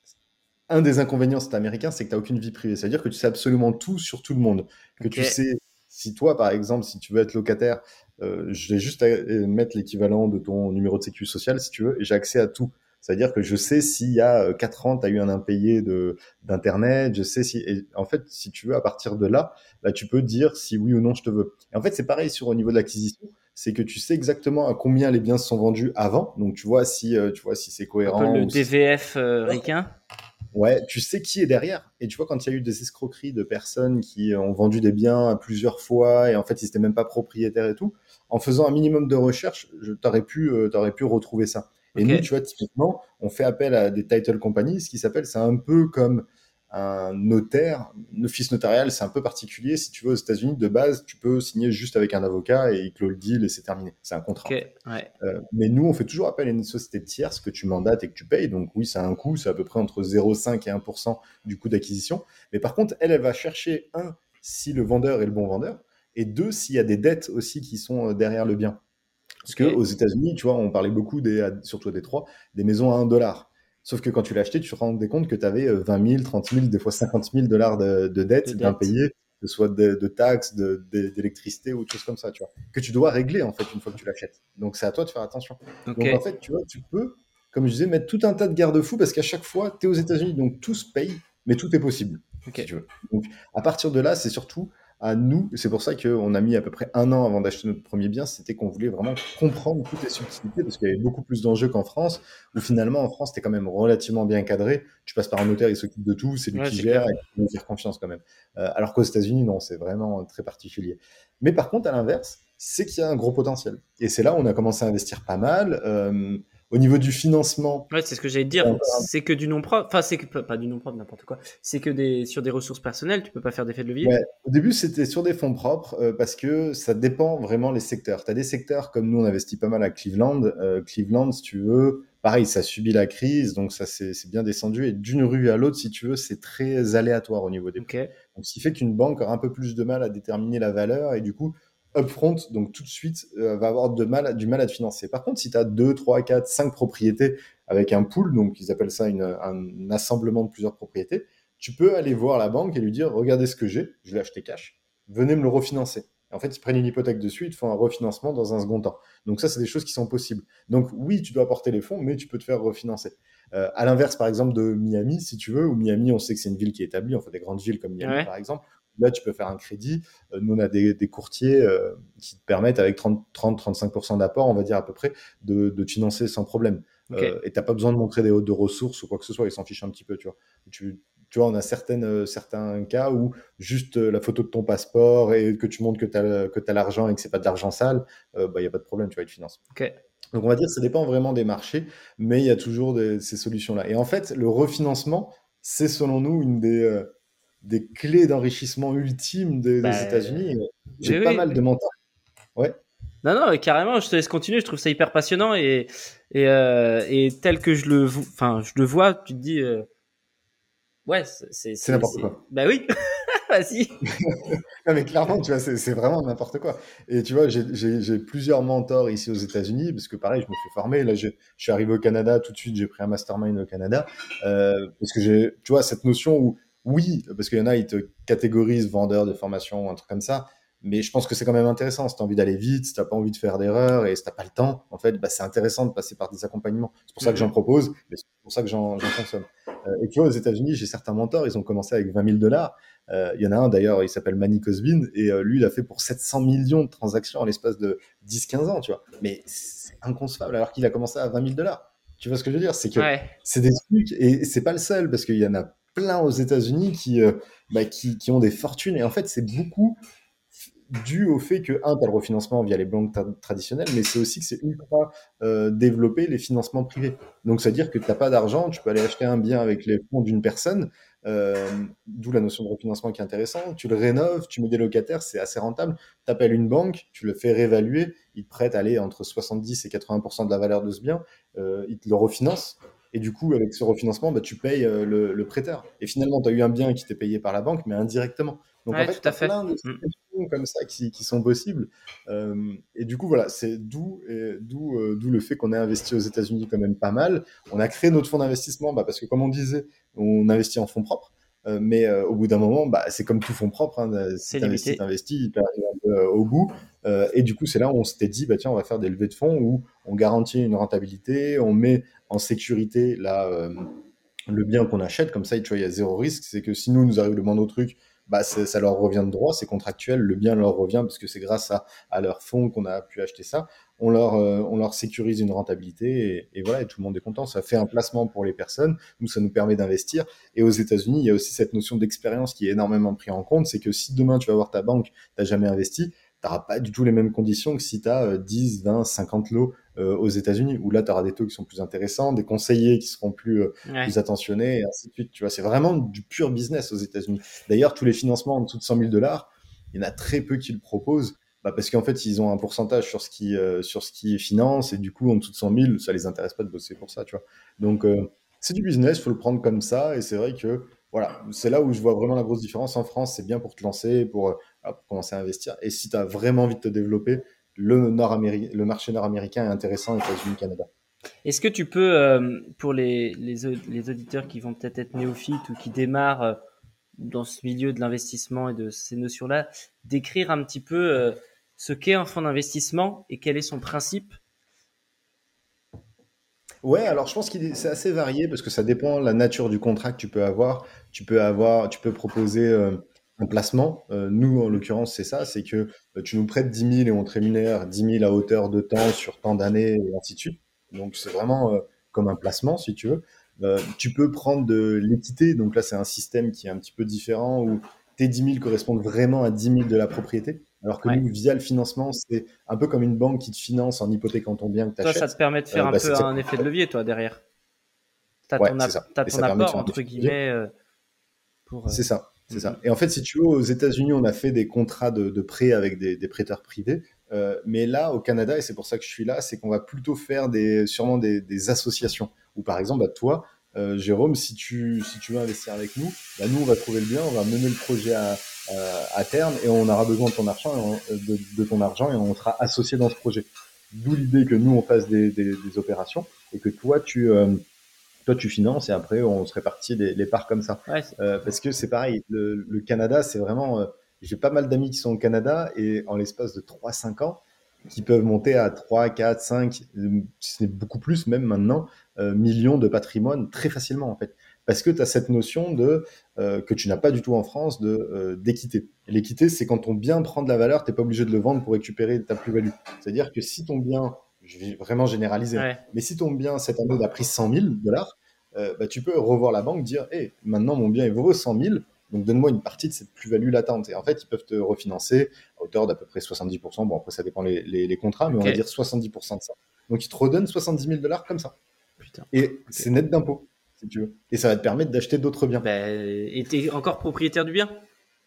un des inconvénients, c'est américain, c'est que tu n'as aucune vie privée. C'est-à-dire que tu sais absolument tout sur tout le monde. Que Ok. tu sais, si toi, par exemple, si tu veux être locataire, euh, j'ai juste à euh, mettre l'équivalent de ton numéro de sécurité sociale, si tu veux, et j'ai accès à tout. C'est-à-dire que je sais s'il y a euh, quatre ans, tu as eu un impayé de, d'Internet, je sais si... Et en fait, si tu veux, à partir de là, bah, tu peux dire si oui ou non je te veux. Et en fait, c'est pareil sur au niveau de l'acquisition, c'est que tu sais exactement à combien les biens se sont vendus avant. Donc, tu vois si, euh, tu vois si c'est Un peu cohérent le ou si... D V F euh, ricain. Ouais, tu sais qui est derrière. Et tu vois, quand il y a eu des escroqueries de personnes qui ont vendu des biens à plusieurs fois et en fait, ils n'étaient même pas propriétaires et tout, en faisant un minimum de recherche, je t'aurais pu, euh, t'aurais pu retrouver ça. Et Ok. nous, tu vois, typiquement, on fait appel à des title companies, ce qui s'appelle, c'est un peu comme un notaire. Un office notarial, c'est un peu particulier. Si tu veux, aux États-Unis, de base, tu peux signer juste avec un avocat et il clôt le deal et c'est terminé. C'est un Ok. contrat, en fait. Ouais. Euh, mais nous, on fait toujours appel à une société tierce que tu mandates et que tu payes. Donc oui, ça a un coût, c'est à peu près entre zéro virgule cinq et un pour cent du coût d'acquisition. Mais par contre, elle, elle va chercher, un, si le vendeur est le bon vendeur, et deux, s'il y a des dettes aussi qui sont euh, derrière le bien. Parce Ok. que aux États-Unis, tu vois, on parlait beaucoup, des, surtout à Détroit, des maisons à un dollar. Sauf que quand tu l'as acheté, tu te rendais compte que tu avais vingt mille, trente mille, des fois cinquante mille dollars de, de De dettes dette. d'impayés, que ce soit de, de taxes, de- de- d'électricité ou de choses comme ça, tu vois, que tu dois régler en fait une fois que tu l'achètes. Donc c'est à toi de faire attention. Ok. Donc en fait, tu vois, tu peux, comme je disais, mettre tout un tas de garde-fous parce qu'à chaque fois, tu es aux États-Unis, donc tout se paye, mais tout est possible, Ok. si tu veux. Donc à partir de là, c'est surtout à nous. C'est pour ça qu'on a mis à peu près un an avant d'acheter notre premier bien. C'était qu'on voulait vraiment comprendre toutes les subtilités parce qu'il y avait beaucoup plus d'enjeux qu'en France, où finalement en France, c'était quand même relativement bien cadré. Tu passes par un notaire, il s'occupe de tout, c'est lui Ouais, qui c'est gère clair. et tu peux lui faire confiance quand même. Euh, alors qu'aux États-Unis, non, c'est vraiment très particulier. Mais par contre, à l'inverse, c'est qu'il y a un gros potentiel. Et c'est là où on a commencé à investir pas mal. Euh, au niveau du financement, Ouais, c'est ce que j'allais te c'est dire. encore un C'est que du nom propre. Enfin, c'est que pas du nom propre, n'importe quoi. C'est que des sur des ressources personnelles, tu peux pas faire d'effet de levier. Ouais, au début, c'était sur des fonds propres euh, parce que ça dépend vraiment les secteurs. Tu as des secteurs comme nous, on investit pas mal à Cleveland. Euh, Cleveland, si tu veux, pareil, ça subit la crise, donc ça c'est c'est bien descendu. Et d'une rue à l'autre, si tu veux, c'est très aléatoire au niveau des Ok. prix. Donc, ce qui fait qu'une banque aura un peu plus de mal à déterminer la valeur et du coup, upfront, donc tout de suite, euh, va avoir de mal, du mal à te financer. Par contre, si tu as deux, trois, quatre, cinq propriétés avec un pool, donc ils appellent ça une- un assemblement de plusieurs propriétés, tu peux aller voir la banque et lui dire, regardez ce que j'ai, je l'ai acheté cash, venez me le refinancer. Et en fait, ils prennent une hypothèque dessus, ils te font un refinancement dans un second temps. Donc ça, c'est des choses qui sont possibles. Donc oui, tu dois apporter les fonds, mais tu peux te faire refinancer. Euh, à l'inverse, par exemple, de Miami, si tu veux, où Miami, on sait que c'est une ville qui est établie, enfin des grandes villes comme Miami, Ouais. par exemple, là, tu peux faire un crédit. Euh, nous, on a des, des courtiers euh, qui te permettent, avec trente à trente-cinq pour cent d'apport, on va dire à peu près, de, de te financer sans problème. Ok. Euh, et tu n'as pas besoin de montrer des, de ressources ou quoi que ce soit, ils s'en fichent un petit peu, tu vois. Tu, tu vois, on a certaines, euh, certains cas où juste euh, la photo de ton passeport et que tu montres que tu as, que tu as l'argent et que c'est pas de l'argent sale, il n'y a pas de problème, tu vois, ils te financent. Ok. Donc on va dire que ça dépend vraiment des marchés, mais il y a toujours des- ces solutions-là. Et en fait, le refinancement, c'est selon nous une des, euh, des clés d'enrichissement ultime des, des Bah, États-Unis. Et j'ai oui, pas oui, mal de oui. mentors. Ouais, Non, non, mais carrément, je te laisse continuer. Je trouve ça hyper passionnant et et, euh, et tel que je le, vo- enfin, je le vois, tu te dis, euh, ouais, c'est, c'est, c'est c'est, n'importe c'est- quoi. bah oui, vas-y. Non, mais clairement, tu vois, c'est c'est vraiment n'importe quoi. Et tu vois, j'ai j'ai- j'ai plusieurs mentors ici aux États-Unis, parce que pareil, je me fais former. Là, je, je suis arrivé au Canada, tout de suite, j'ai pris un mastermind au Canada. Euh, parce que j'ai, tu vois, cette notion où, oui, parce qu'il y en a, ils te catégorisent vendeur de formation ou un truc comme ça. Mais je pense que c'est quand même intéressant. Si tu as envie d'aller vite, si tu n'as pas envie de faire d'erreurs et si tu n'as pas le temps, en fait, bah, c'est intéressant de passer par des accompagnements. C'est pour ça que j'en Mhm. propose, mais c'est pour ça que j'en j'en consomme. Euh, et tu vois, aux États-Unis, j'ai certains mentors, ils ont commencé avec vingt mille dollars. Euh, Il y en a un d'ailleurs, il s'appelle Manny Cosbin, et euh, lui, il a fait pour sept cents millions de transactions en l'espace de dix quinze ans, tu vois. Mais c'est inconcevable, alors qu'il a commencé à vingt mille dollars. Tu vois ce que je veux dire? C'est que Ouais. c'est des trucs, et c'est pas le seul, parce qu'il y en a. plein aux États-Unis qui, euh, bah, qui, qui ont des fortunes. Et en fait, c'est beaucoup dû au fait que, un, tu as le refinancement via les banques tra- traditionnelles, mais c'est aussi que c'est ultra euh, développé les financements privés. Donc, c'est-à-dire que tu n'as pas d'argent, tu peux aller acheter un bien avec les fonds d'une personne, euh, d'où la notion de refinancement qui est intéressante. Tu le rénoves, tu mets des locataires, c'est assez rentable. Tu appelles une banque, tu le fais réévaluer, ils te prêtent aller entre soixante-dix et quatre-vingts pour cent de la valeur de ce bien, euh, ils te le refinancent. Et du coup, avec ce refinancement, bah, tu payes euh, le, le prêteur. Et finalement, tu as eu un bien qui t'est payé par la banque, mais indirectement. Donc en Ouais, fait, tout tu à as fait. plein de Mm. situations comme ça qui, qui sont possibles. Euh, et du coup, voilà, c'est d'où et d'où euh, d'où le fait qu'on ait investi aux États-Unis quand même pas mal. On a créé notre fonds d'investissement bah, parce que, comme on disait, on investit en fonds propres. Euh, mais euh, au bout d'un moment, bah, c'est comme tout fonds propre. Hein, si C'est tu investis, limité. tu investis, il peut arriver un peu euh, au bout. Euh, et du coup, c'est là où on s'était dit, bah, tiens, on va faire des levées de fonds où on garantit une rentabilité, on met en sécurité la, euh, le bien qu'on achète, comme ça, tu vois, il y a zéro risque. C'est que si nous, il nous arrive le moindre truc, bah, c'est- ça leur revient de droit, c'est contractuel, le bien leur revient parce que c'est grâce à, à leur fonds qu'on a pu acheter ça. On leur, euh, on leur sécurise une rentabilité et, et voilà, et tout le monde est content. Ça fait un placement pour les personnes, nous, ça nous permet d'investir. Et aux États-Unis, il y a aussi cette notion d'expérience qui est énormément prise en compte. C'est que si demain tu vas voir ta banque, tu n'as jamais investi, tu n'auras pas du tout les mêmes conditions que si tu as dix, vingt, cinquante lots euh, aux États-Unis, où là, tu auras des taux qui sont plus intéressants, des conseillers qui seront plus, euh, Ouais. plus attentionnés, et ainsi de suite. Tu vois, c'est vraiment du pur business aux États-Unis. D'ailleurs, tous les financements en dessous de cent mille dollars, il y en a très peu qui le proposent, bah, parce qu'en fait, ils ont un pourcentage sur ce qui, euh, sur ce qui finance, et du coup, en dessous de cent mille, ça les intéresse pas de bosser pour ça, tu vois. Donc, euh, c'est du business, faut le prendre comme ça, et c'est vrai que, voilà, c'est là où je vois vraiment la grosse différence. En France, c'est bien pour te lancer, pour, euh, pour commencer à investir. Et si tu as vraiment envie de te développer, le, nord-améri- le marché nord-américain est intéressant, États-Unis, Canada. Est-ce que tu peux, euh, pour les, les, au- les auditeurs qui vont peut-être être néophytes ou qui démarrent euh, dans ce milieu de l'investissement et de ces notions-là, décrire un petit peu euh, ce qu'est un fonds d'investissement et quel est son principe? Ouais, alors je pense qu'il est, c'est assez varié parce que ça dépend de la nature du contrat que tu peux avoir. Tu peux avoir, tu peux proposer euh, un placement. Euh, nous, en l'occurrence, c'est ça, c'est que euh, tu nous prêtes dix mille et on te rémunère dix mille à hauteur de temps sur tant d'années et ainsi de suite. Donc c'est vraiment euh, comme un placement, si tu veux. Euh, tu peux prendre de l'équité. Donc là, c'est un système qui est un petit peu différent où tes dix mille correspondent vraiment à dix mille de la propriété. Alors que Ouais. nous, via le financement, c'est un peu comme une banque qui te finance en hypothéquant ton bien que tu Toi, ça te achètes. permet de faire Euh, un bah, c'est peu un exactement. effet de levier, toi, derrière. T'as Ouais, ton, c'est app- ça. t'as Et ton ça permet de apport, faire un entre effet de levier. guillemets, euh, pour... euh, C'est ça, mm, c'est mm. ça. Et en fait, si tu veux, aux États-Unis, on a fait des contrats de, de prêt avec des, des prêteurs privés. Euh, mais là, au Canada, et c'est pour ça que je suis là, c'est qu'on va plutôt faire des, sûrement des, des associations. Ou par exemple, bah, toi, euh, Jérôme, si tu, si tu veux investir avec nous, bah, nous, on va trouver le bien, on va mener le projet à, à, à terme et on aura besoin de ton argent, et on- de, de ton argent et on sera associé dans ce projet. D'où l'idée que nous, on fasse des, des, des opérations et que toi, tu, euh, toi, tu finances et après, on se répartit les, les parts comme ça. Ouais, c'est- Euh, parce que c'est pareil, le, le Canada, c'est vraiment. euh, J'ai pas mal d'amis qui sont au Canada et en l'espace de trois cinq ans, qui peuvent monter à trois quatre cinq euh, c'est beaucoup plus même maintenant, euh, millions de patrimoine très facilement en fait. Parce que tu as cette notion de, euh, que tu n'as pas du tout en France de, euh, d'équité. Et l'équité, c'est quand ton bien prend de la valeur, tu n'es pas obligé de le vendre pour récupérer ta plus-value. C'est-à-dire que si ton bien, je vais vraiment généraliser, hein, ouais. mais si ton bien cette année il a pris cent mille dollars, euh, bah, tu peux revoir la banque, dire hey, maintenant mon bien il vaut cent mille, donc donne-moi une partie de cette plus-value latente. Et en fait, ils peuvent te refinancer à hauteur d'à peu près soixante-dix pour cent. Bon, après, ça dépend les, les, les contrats, mais on Ok. va dire soixante-dix pour cent de ça. Donc, ils te redonnent soixante-dix mille dollars comme ça. Putain. Et Ok. c'est net d'impôts, si tu veux. Et ça va te permettre d'acheter d'autres biens. Ben, et t'es encore propriétaire du bien?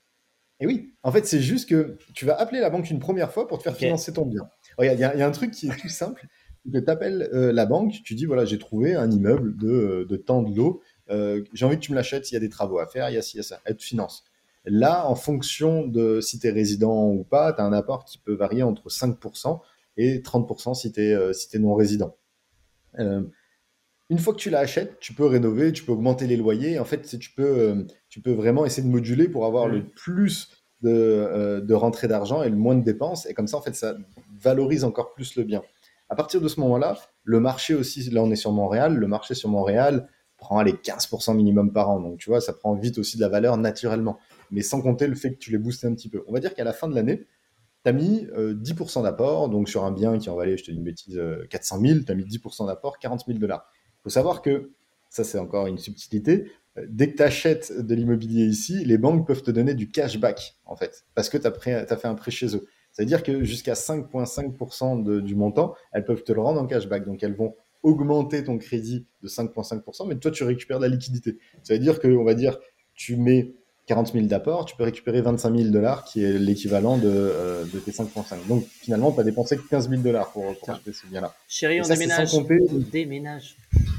Et oui, en fait, c'est juste que tu vas appeler la banque une première fois pour te faire Ok. financer ton bien. Regarde, il y, a- il y a un truc qui est tout simple. Tu appelles la banque, tu dis voilà, j'ai trouvé un immeuble de, de temps de l'eau, euh, j'ai envie que tu me l'achètes, il y a des travaux à faire, il y a ci, il y a ça, elle te finance. Là, en fonction de si tu es résident ou pas, tu as un apport qui peut varier entre cinq pour cent et trente pour cent si tu es, euh, si t'es non résident. Euh, une fois que tu l'achètes, tu peux rénover, tu peux augmenter les loyers. En fait, c'est- tu peux, euh, tu peux vraiment essayer de moduler pour avoir le Mhm. plus de, euh, de rentrées d'argent et le moins de dépenses. Et comme ça, en fait, ça valorise encore plus le bien. À partir de ce moment-là, le marché aussi, là on est sur Montréal, le marché sur Montréal prend les quinze pour cent minimum par an. Donc tu vois, ça prend vite aussi de la valeur naturellement. Mais sans compter le fait que tu les boostes un petit peu. On va dire qu'à la fin de l'année, tu as mis euh, dix pour cent d'apport, donc sur un bien qui en valait, je te dis une bêtise, euh, quatre cent mille, tu as mis dix pour cent d'apport, quarante mille dollars. Il faut savoir que, ça c'est encore une subtilité, dès que tu achètes de l'immobilier ici, les banques peuvent te donner du cashback, en fait, parce que tu as fait un prêt chez eux. C'est-à-dire que jusqu'à cinq virgule cinq pour cent de, du montant, elles peuvent te le rendre en cashback. Donc, elles vont augmenter ton crédit de cinq virgule cinq pour cent, mais toi, tu récupères de la liquidité. Ça veut dire que, on va dire, tu mets quarante mille d'apport, tu peux récupérer vingt-cinq mille dollars, qui est l'équivalent de, euh, de tes cinq virgule cinq. Donc, finalement, tu as dépensé que quinze mille dollars pour, pour Putain. acheter ce bien-là. Chérie, Et on ça, c'est sans déménage. compter On déménage.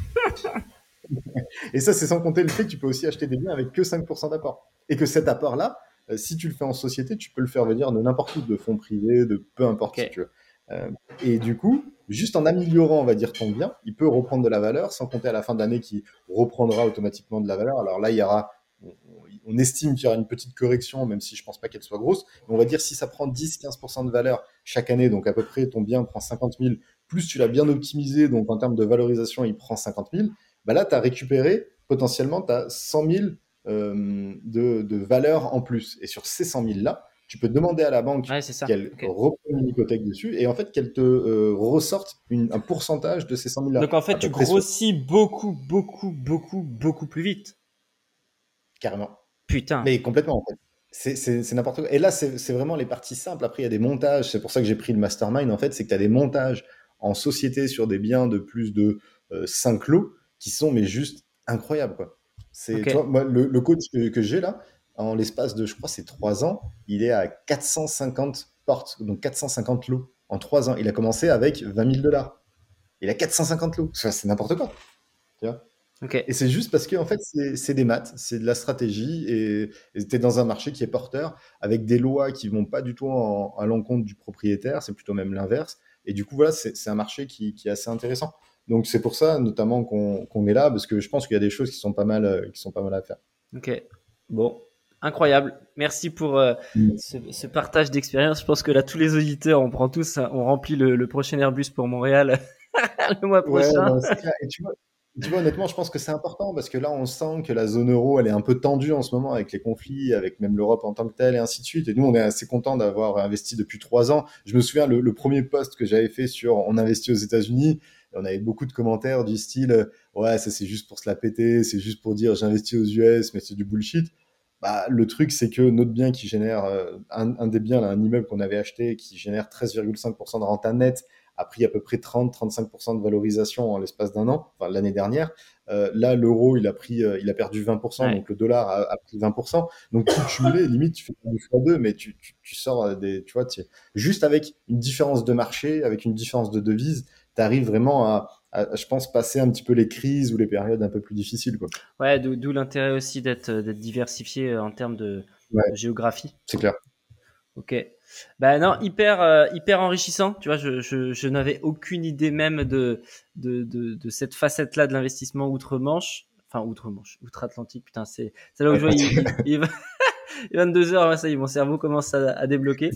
Et ça, c'est sans compter le fait que tu peux aussi acheter des biens avec que cinq pour cent d'apport. Et que cet apport-là, euh, si tu le fais en société, tu peux le faire venir de n'importe où, de fonds privés, de peu importe Ok. si tu veux. Euh, et du coup, juste en améliorant, on va dire, ton bien, il peut reprendre de la valeur, sans compter à la fin de l'année qui reprendra automatiquement de la valeur. Alors là, il y aura, on, on estime qu'il y aura une petite correction, même si je pense pas qu'elle soit grosse. Mais on va dire si ça prend dix à quinze pour cent de valeur chaque année, donc à peu près ton bien prend cinquante mille, plus tu l'as bien optimisé, donc en termes de valorisation, il prend cinquante mille, bah là, tu as récupéré potentiellement, tu as cent mille euh, de, de valeur en plus. Et sur ces cent mille-là, tu peux demander à la banque Ouais, c'est ça. qu'elle Ok. reprenne une hypothèque dessus et en fait qu'elle te euh, ressorte une, un pourcentage de ces cent mille-là. Donc en fait, À tu peu près soit, grossis beaucoup, beaucoup, beaucoup, beaucoup plus vite. carrément. Putain. Mais complètement, en fait. C'est c'est- c'est n'importe quoi. Et là, c'est c'est vraiment les parties simples. Après, il y a des montages. C'est pour ça que j'ai pris le mastermind, en fait. C'est que tu as des montages en société sur des biens de plus de euh, cinq lots qui sont, mais juste incroyables, quoi. C'est, Ok. tu vois, moi, le, le coach que, que j'ai là, en l'espace de, je crois, c'est trois ans, il est à quatre cent cinquante portes, donc quatre cent cinquante lots en trois ans. Il a commencé avec vingt mille dollars. Il a quatre cent cinquante lots. Ça, c'est n'importe quoi. Tu vois. Ok. Et c'est juste parce que en fait, c'est c'est des maths, c'est de la stratégie, et tu es dans un marché qui est porteur, avec des lois qui vont pas du tout en- à l'encontre du propriétaire, c'est plutôt même l'inverse. Et du coup, voilà, c'est c'est un marché qui, qui est assez intéressant. Donc c'est pour ça notamment qu'on qu'on est là, parce que je pense qu'il y a des choses qui sont pas mal, euh, qui sont pas mal à faire. Ok. Bon. Incroyable. Merci pour euh, Mm. ce, ce partage d'expérience. Je pense que là, tous les auditeurs, on prend tous, on remplit le, le prochain Airbus pour Montréal le mois Ouais, prochain. non, c'est clair. Et tu vois, tu vois, honnêtement, je pense que c'est important parce que là, on sent que la zone euro, elle est un peu tendue en ce moment avec les conflits, avec même l'Europe en tant que telle et ainsi de suite. Et nous, on est assez content d'avoir investi depuis trois ans. Je me souviens, le, le premier post que j'avais fait sur on investit aux États-Unis, on avait beaucoup de commentaires du style euh, ouais, ça c'est juste pour se la péter, c'est juste pour dire j'investis aux U S, mais c'est du bullshit. Bah, le truc, c'est que notre bien qui génère, euh, un, un des biens, là, un immeuble qu'on avait acheté qui génère treize virgule cinq pour cent de renta nette, a pris à peu près trente à trente-cinq pour cent de valorisation en l'espace d'un an, enfin l'année dernière. Euh, là, l'euro, il a pris, euh, il a perdu vingt pour cent, Ouais. donc le dollar a, a pris vingt pour cent. Donc tout cumulé, limite, tu fais du fois deux, mais tu, tu, tu sors des, tu vois, tu- juste avec une différence de marché, avec une différence de devise, tu arrives vraiment à, à, je pense, passer un petit peu les crises ou les périodes un peu plus difficiles, quoi. Ouais, d'où d'où l'intérêt aussi d'être d'être diversifié euh, en termes de, Ouais, de géographie. c'est clair. Ok. Bah non, hyper euh, hyper enrichissant. Tu vois, je je, je n'avais aucune idée même de de de, de cette facette-là de l'investissement outre-Manche. Enfin, outre-Manche, outre-Atlantique. Putain, c'est c'est là où Ouais, je vois il, il, il va vingt-deux heures. Ouais, ça y est, mon cerveau commence à, à débloquer.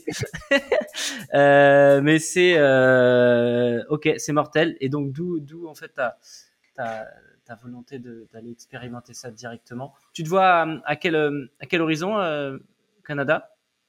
Euh, mais c'est euh, ok, c'est mortel. Et donc d'où d'où en fait ta ta ta volonté de d'aller expérimenter ça directement. Tu te vois à, à quel euh, à quel horizon euh, Canada?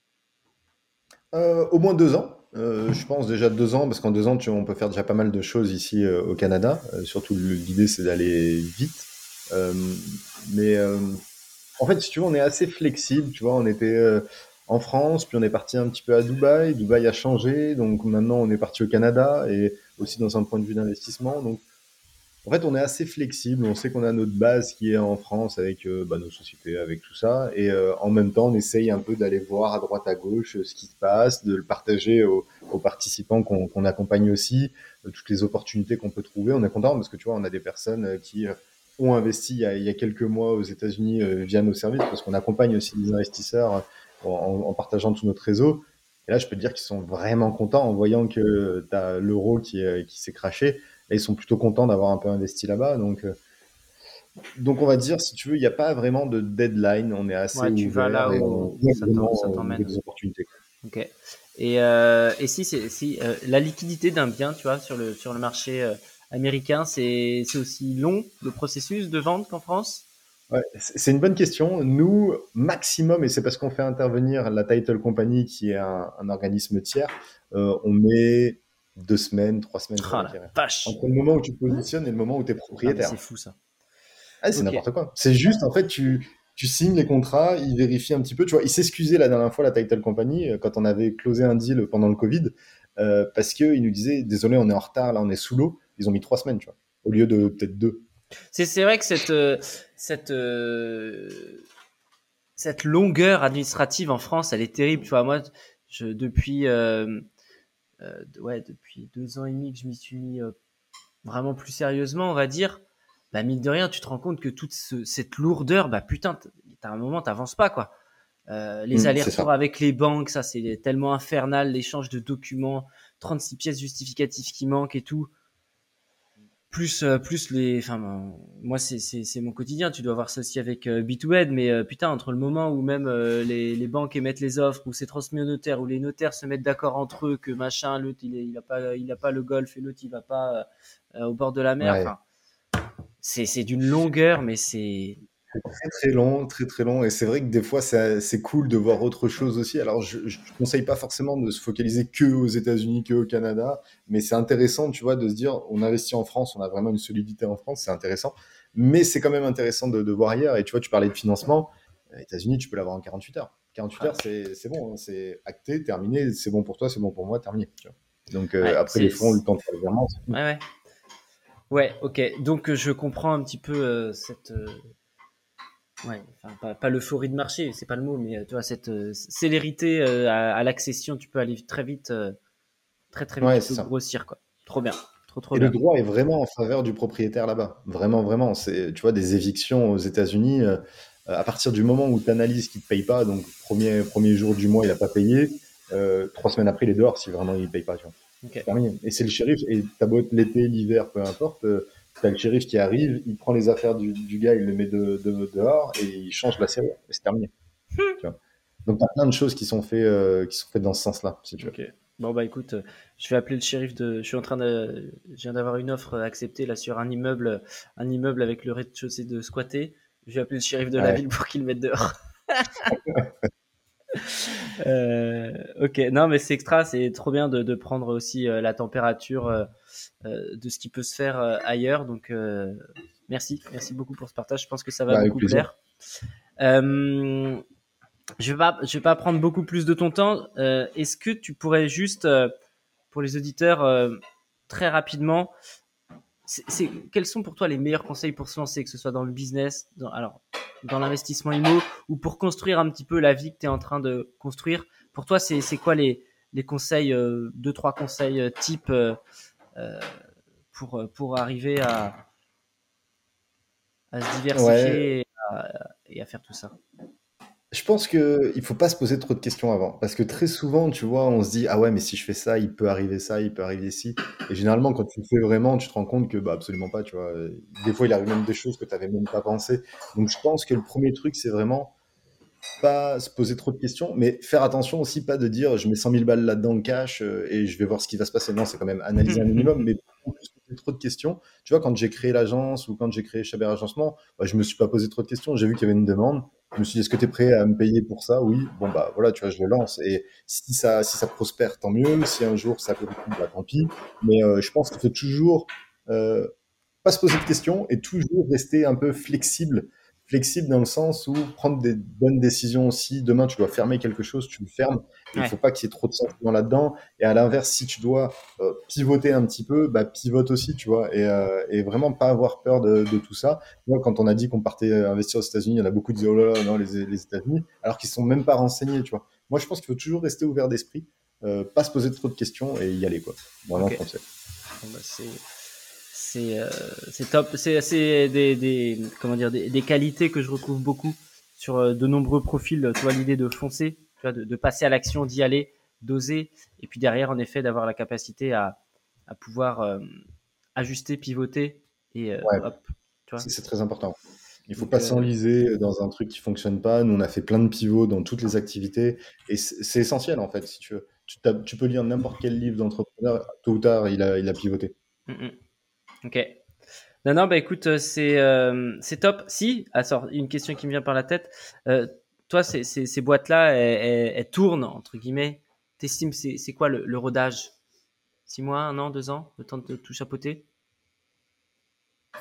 Euh, au moins deux ans. Euh, je pense déjà deux ans, parce qu'en deux ans, tu, on peut faire déjà pas mal de choses ici euh, au Canada. Euh, surtout, le- l'idée, c'est d'aller vite. Euh, mais euh, en fait, si tu veux, on est assez flexible. Tu vois, on était euh, en France, puis on est parti un petit peu à Dubaï. Dubaï a changé, donc maintenant on est parti au Canada, et aussi dans un point de vue d'investissement. Donc en fait, on est assez flexible. On sait qu'on a notre base qui est en France avec euh, bah, nos sociétés, avec tout ça. Et euh, en même temps, on essaye un peu d'aller voir à droite, à gauche euh, ce qui se passe, de le partager aux, aux participants qu'on qu'on accompagne aussi, euh, toutes les opportunités qu'on peut trouver. On est content parce que tu vois, on a des personnes euh, qui euh, ont investi il y a, il y a quelques mois aux États-Unis euh, via nos services, parce qu'on accompagne aussi des investisseurs euh, en, en partageant tout notre réseau. Et là, je peux te dire qu'ils sont vraiment contents en voyant que tu as l'euro qui, euh, qui s'est craché. Là, ils sont plutôt contents d'avoir un peu investi là-bas. Donc, euh, donc, on va dire, si tu veux, il n'y a pas vraiment de deadline. On est assez Ouais, tu vas ouvert là et où, on où voit ça t'en- vraiment ça euh, au niveau t'emmène. des opportunités. Ok. Et, euh, et si, c'est, si euh, la liquidité d'un bien, tu vois, sur le, sur le marché euh, américain, c'est, c'est aussi long le processus de vente qu'en France? Ouais, c'est c'est une bonne question. Nous, maximum, et c'est parce qu'on fait intervenir la Title Company, qui est un, un organisme tiers, euh, on met deux semaines, trois semaines pour Ah la l'acquérir. vache! Entre le moment où tu te positionnes et le moment où tu es Non mais propriétaire. c'est fou ça. Ah, c'est Ok. n'importe quoi. C'est juste, en fait, tu, tu signes les contrats, ils vérifient un petit peu. Tu vois, il s'excusait la dernière fois, la Title Company, euh, quand on avait closé un deal pendant le Covid, euh, parce qu'ils nous disaient, désolé, on est en retard, là, on est sous l'eau. Ils ont mis trois semaines, tu vois, au lieu de peut-être deux. C'est, c'est vrai que cette, euh, cette, euh, cette longueur administrative en France, elle est terrible. Tu vois, moi, je, depuis, euh, euh, ouais, depuis deux ans et demi que je m'y suis mis euh, vraiment plus sérieusement, on va dire, bah, mine de rien, tu te rends compte que toute ce, cette lourdeur, bah, putain, t'as un moment, t'avances pas, quoi. Euh, les Hum, c'est allers-retours ça. avec les banques, ça, c'est tellement infernal, l'échange de documents, trente-six pièces justificatives qui manquent et tout. Plus, euh, plus les, enfin, euh, moi, c'est, c'est, c'est mon quotidien. Tu dois voir ça aussi avec euh, B deux B, mais euh, putain, entre le moment où même euh, les, les banques émettent les offres, où c'est transmis aux notaires, où les notaires se mettent d'accord entre eux, que machin, l'autre, il, est, il a pas, il a pas le golf et l'autre, il va pas euh, au bord de la mer. Ouais. Enfin, c'est, c'est d'une longueur, mais c'est, Très très long, très très long. Et c'est vrai que des fois, c'est c'est cool de voir autre chose aussi. Alors, je ne conseille pas forcément de se focaliser que aux États-Unis, que au Canada, mais c'est intéressant, tu vois, de se dire, on investit en France, on a vraiment une solidité en France, c'est intéressant. Mais c'est quand même intéressant de, de voir ailleurs. Et tu vois, tu parlais de financement. Les États-Unis, tu peux l'avoir en quarante-huit heures. quarante-huit heures, ouais, c'est c'est bon, hein, c'est acté, terminé, c'est bon pour toi, c'est bon pour moi, terminé. Tu vois. Donc, euh, ouais, après, les c'est, fonds, le temps de faire le virement, c'est ouais, tout. ouais, ouais, ok. Donc, euh, je comprends un petit peu euh, cette, euh, ouais, enfin, pas, pas l'euphorie de marché, c'est pas le mot, mais euh, tu vois, cette euh, célérité euh, à, à l'accession, tu peux aller très vite. Euh, très très vite, Ouais, tu c'est peux ça. grossir quoi. Trop bien, trop trop Et le bien. droit est vraiment en faveur du propriétaire là-bas. Vraiment, vraiment. C'est, tu vois, des évictions aux États-Unis, euh, à partir du moment où tu analyses qu'il ne te paye pas, donc premier, premier jour du mois, il n'a pas payé, euh, trois semaines après, il est dehors si vraiment il ne paye pas. Tu vois. Ok. C'est terminé. Et c'est le shérif, et t'as beau être l'été, l'hiver, peu importe, euh, t'as le shérif qui arrive, il prend les affaires du, du gars, il le met de, de- dehors, et il change la serrure. Et c'est terminé. Tu vois. Donc t'as plein de choses qui sont faites, euh, qui sont faites dans ce sens-là, si tu veux. Ok. Bon bah écoute, euh, je vais appeler le shérif de. Je suis en train de. Je viens d'avoir une offre acceptée là sur un immeuble, un immeuble avec le rez-de-chaussée de squatter. Je vais appeler le shérif de la Ouais. ville pour qu'il le mette dehors. Euh, ok. Non mais c'est extra, c'est trop bien de, de prendre aussi euh, la température euh, euh, de ce qui peut se faire euh, ailleurs. Donc euh, merci, merci beaucoup pour ce partage. Je pense que ça va Bah, avec beaucoup plaisir. plaire. Euh, Je vais pas, je vais pas prendre beaucoup plus de ton temps. Euh, est-ce que tu pourrais juste, euh, pour les auditeurs, euh, très rapidement, c'est, c'est, quels sont pour toi les meilleurs conseils pour se lancer, que ce soit dans le business, dans, alors, dans l'investissement immo ou pour construire un petit peu la vie que tu es en train de construire. Pour toi, c'est, c'est quoi les, les conseils, euh, deux, trois conseils euh, type euh, euh, pour, euh, pour arriver à, à se Ouais, diversifier et à, et à faire tout ça? je pense que il faut pas se poser trop de questions avant, parce que très souvent, tu vois, on se dit: «Ah ouais, mais si je fais ça, il peut arriver ça, il peut arriver ci» et généralement, quand tu le fais vraiment, tu te rends compte que, bah, absolument pas, tu vois? Heu, des fois, il arrive même des choses que tu avais même pas pensé. Donc je pense que le premier truc, c'est vraiment pas se poser trop de questions, mais faire attention aussi, pas de dire: «Je mets cent mille balles là-dedans cash, heu, et je vais voir ce qui va se passer». Non, c'est quand même analyser un minimum, mais pas non plus se poser trop de questions. Tu vois, quand j'ai créé l'agence ou quand j'ai créé Chabert Agencement, bah, je me suis pas posé trop de questions. J'ai vu qu'il y avait une demande. Je me suis dit: «Est-ce que tu es prêt à me payer pour ça?» «Oui». Bon, bah, voilà, tu vois, je le lance et si ça si ça prospère, tant mieux. Si un jour ça périclite, bah, tant pis. Mais, heu, je pense qu'il faut toujours, heu pas se poser de questions et toujours rester un peu flexible. Flexible dans le sens où prendre des bonnes décisions aussi. Demain, tu dois fermer quelque chose, tu le fermes. Et il Ouais, faut pas qu'il y ait trop de sentiments là-dedans. Et à l'inverse, si tu dois euh, pivoter un petit peu, bah, pivote aussi, tu vois. Et, euh, et vraiment pas avoir peur de, de tout ça. Moi, quand on a dit qu'on partait investir aux États-Unis, il y en a beaucoup qui disaient, oh là là, non, les, les États-Unis, alors qu'ils sont même pas renseignés, tu vois. Moi, je pense qu'il faut toujours rester ouvert d'esprit, euh, pas se poser trop de questions et y aller, quoi. Vraiment ok. foncer. Bon, bah, c'est, c'est, euh, c'est top. C'est, c'est des, des, comment dire, des, des qualités que je retrouve beaucoup sur euh, de nombreux profils. Tu vois, l'idée de foncer, tu vois, de, de passer à l'action, d'y aller, d'oser, et puis derrière, en effet, d'avoir la capacité à, à pouvoir euh, ajuster, pivoter, et euh, Ouais, hop, tu vois. c'est c'est très important. Il faut Donc, pas euh, s'enliser dans un truc qui fonctionne pas. Nous, on a fait plein de pivots dans toutes les activités et c'est c'est essentiel en fait. Si tu veux, tu, t'as- tu peux lire n'importe quel livre d'entrepreneur, tôt ou tard, il a, il a pivoté. mm, mm. Ok. Non, non, bah écoute, euh, c'est euh, c'est top. Si, ah, sort une question qui me vient par la tête. Euh, toi, ces, ces, ces boîtes-là, elles, elles, elles tournent, entre guillemets. T'estimes, c'est c'est quoi le, le rodage? Six mois, un an, deux ans, le temps de tout chapeauter?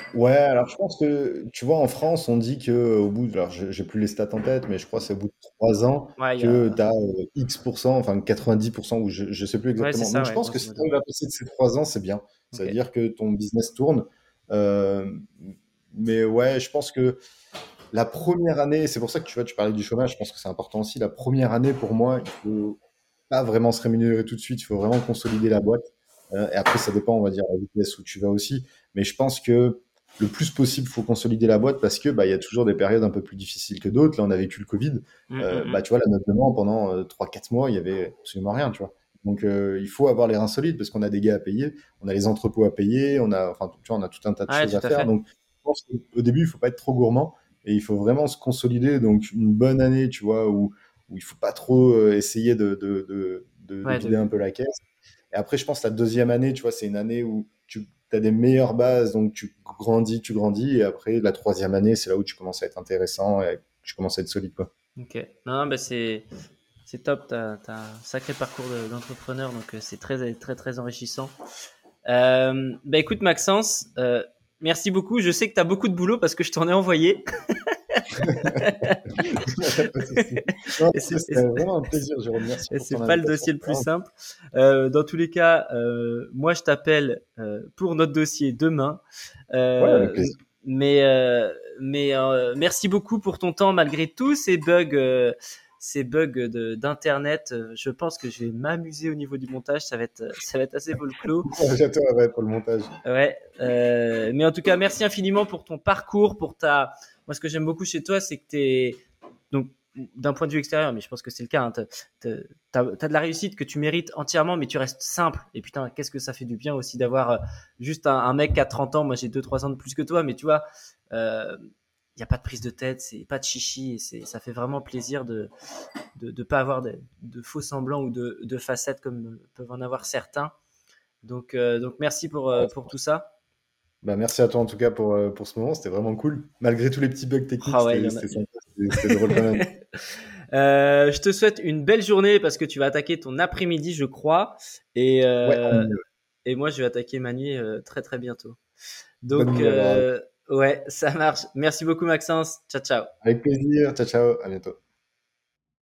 Ouais, alors je pense que, tu vois, en France, on dit qu'au bout de, alors je- j'ai plus les stats en tête, mais je crois que c'est au bout de trois ans Ouais, il y que a... tu as X pour cent, enfin quatre-vingt-dix pour cent, ou je, je sais plus ouais, c'est exactement. ça, Donc je ouais, pense que grosso si tu modo. arrives à passer de ces trois ans, c'est bien. Ça Ok. veut dire que ton business tourne. Euh, mais ouais, je pense que la première année, c'est pour ça que tu vois, tu parlais du chômage, je pense que c'est important aussi. La première année, pour moi, il faut pas vraiment se rémunérer tout de suite, il faut vraiment consolider la boîte. Euh, et après, ça dépend, on va dire, à la vitesse où tu vas aussi. Mais je pense que le plus possible, il faut consolider la boîte parce que bah, il y a toujours des périodes un peu plus difficiles que d'autres. Là, on a vécu le Covid. Mm, Euh, mm, bah, tu vois, la note de vente pendant euh, trois quatre mois, il y avait absolument rien, tu vois. Donc, euh, il faut avoir les reins solides parce qu'on a des gars à payer, on a les entrepôts à payer, on a, enfin, tu vois, on a tout un tas de mm. Ouais, choses tout à à faire. fait. Donc, je pense qu'au début, il faut pas être trop gourmand et il faut vraiment se consolider. Donc, une bonne année, tu vois, où, où il faut pas trop euh, essayer de, de, de, de, de Ouais, vider un de... peu la caisse. Et après, je pense que la deuxième année, tu vois, c'est une année où tu as des meilleures bases, donc tu grandis, tu grandis. Et après, la troisième année, c'est là où tu commences à être intéressant et tu commences à être solide, quoi. Ok. Non, bah c'est c'est top. T'as t'as un sacré parcours de- d'entrepreneur, donc euh, c'est très très très enrichissant. Euh, bah écoute Maxence, euh, merci beaucoup. Je sais que t'as beaucoup de boulot parce que je t'en ai envoyé. Pas de souci. Non, et c'était c'est et c'était c'est- vraiment un plaisir, Jérôme. Merci et pour c'est ton pas le invitation. dossier le C'était plus vraiment simple. Euh, dans tous les cas, euh, moi je t'appelle euh, pour notre dossier demain. cool. Ouais, avec Euh, plaisir. mais euh, mais euh, merci beaucoup pour ton temps malgré tous ces bugs. Euh, ces bugs de- d'internet, Euh, je pense que je vais m'amuser au niveau du montage. Ça va être, ça va être assez folklore. Courage à toi, ouais, pour le montage. Ouais. Euh, mais en tout cas, merci infiniment pour ton parcours, pour ta. Moi, ce que j'aime beaucoup chez toi, c'est que t'es donc d'un point de vue extérieur, mais je pense que c'est le cas. Hein, t'as, t'as, t'as de la réussite que tu mérites entièrement, mais tu restes simple. Et putain, qu'est-ce que ça fait du bien aussi d'avoir euh, juste un, un mec qui a trente ans. Moi, j'ai deux trois ans de plus que toi, mais tu vois, il euh, n'y a pas de prise de tête, c'est pas de chichi, et c'est, ça fait vraiment plaisir de de, de pas avoir de, de faux semblants ou de, de facettes comme peuvent en avoir certains. Donc, euh, donc merci pour, euh, Ouais. pour tout ça. Bah, merci à toi en tout cas pour, euh, pour ce moment. C'était vraiment cool. Malgré tous les petits bugs techniques, Ah ouais, il y c'était en a. c'était sympa. C'était c'était drôle quand même. Euh, je te souhaite une belle journée parce que tu vas attaquer ton après-midi, je crois. Et, Ouais, euh, Annie, ouais. et moi, je vais attaquer ma nuit euh, très très bientôt. Bonne Donc, nuit alors. euh, ouais, ça marche. Merci beaucoup, Maxence. Ciao, ciao. Avec plaisir. Ciao, ciao. À bientôt.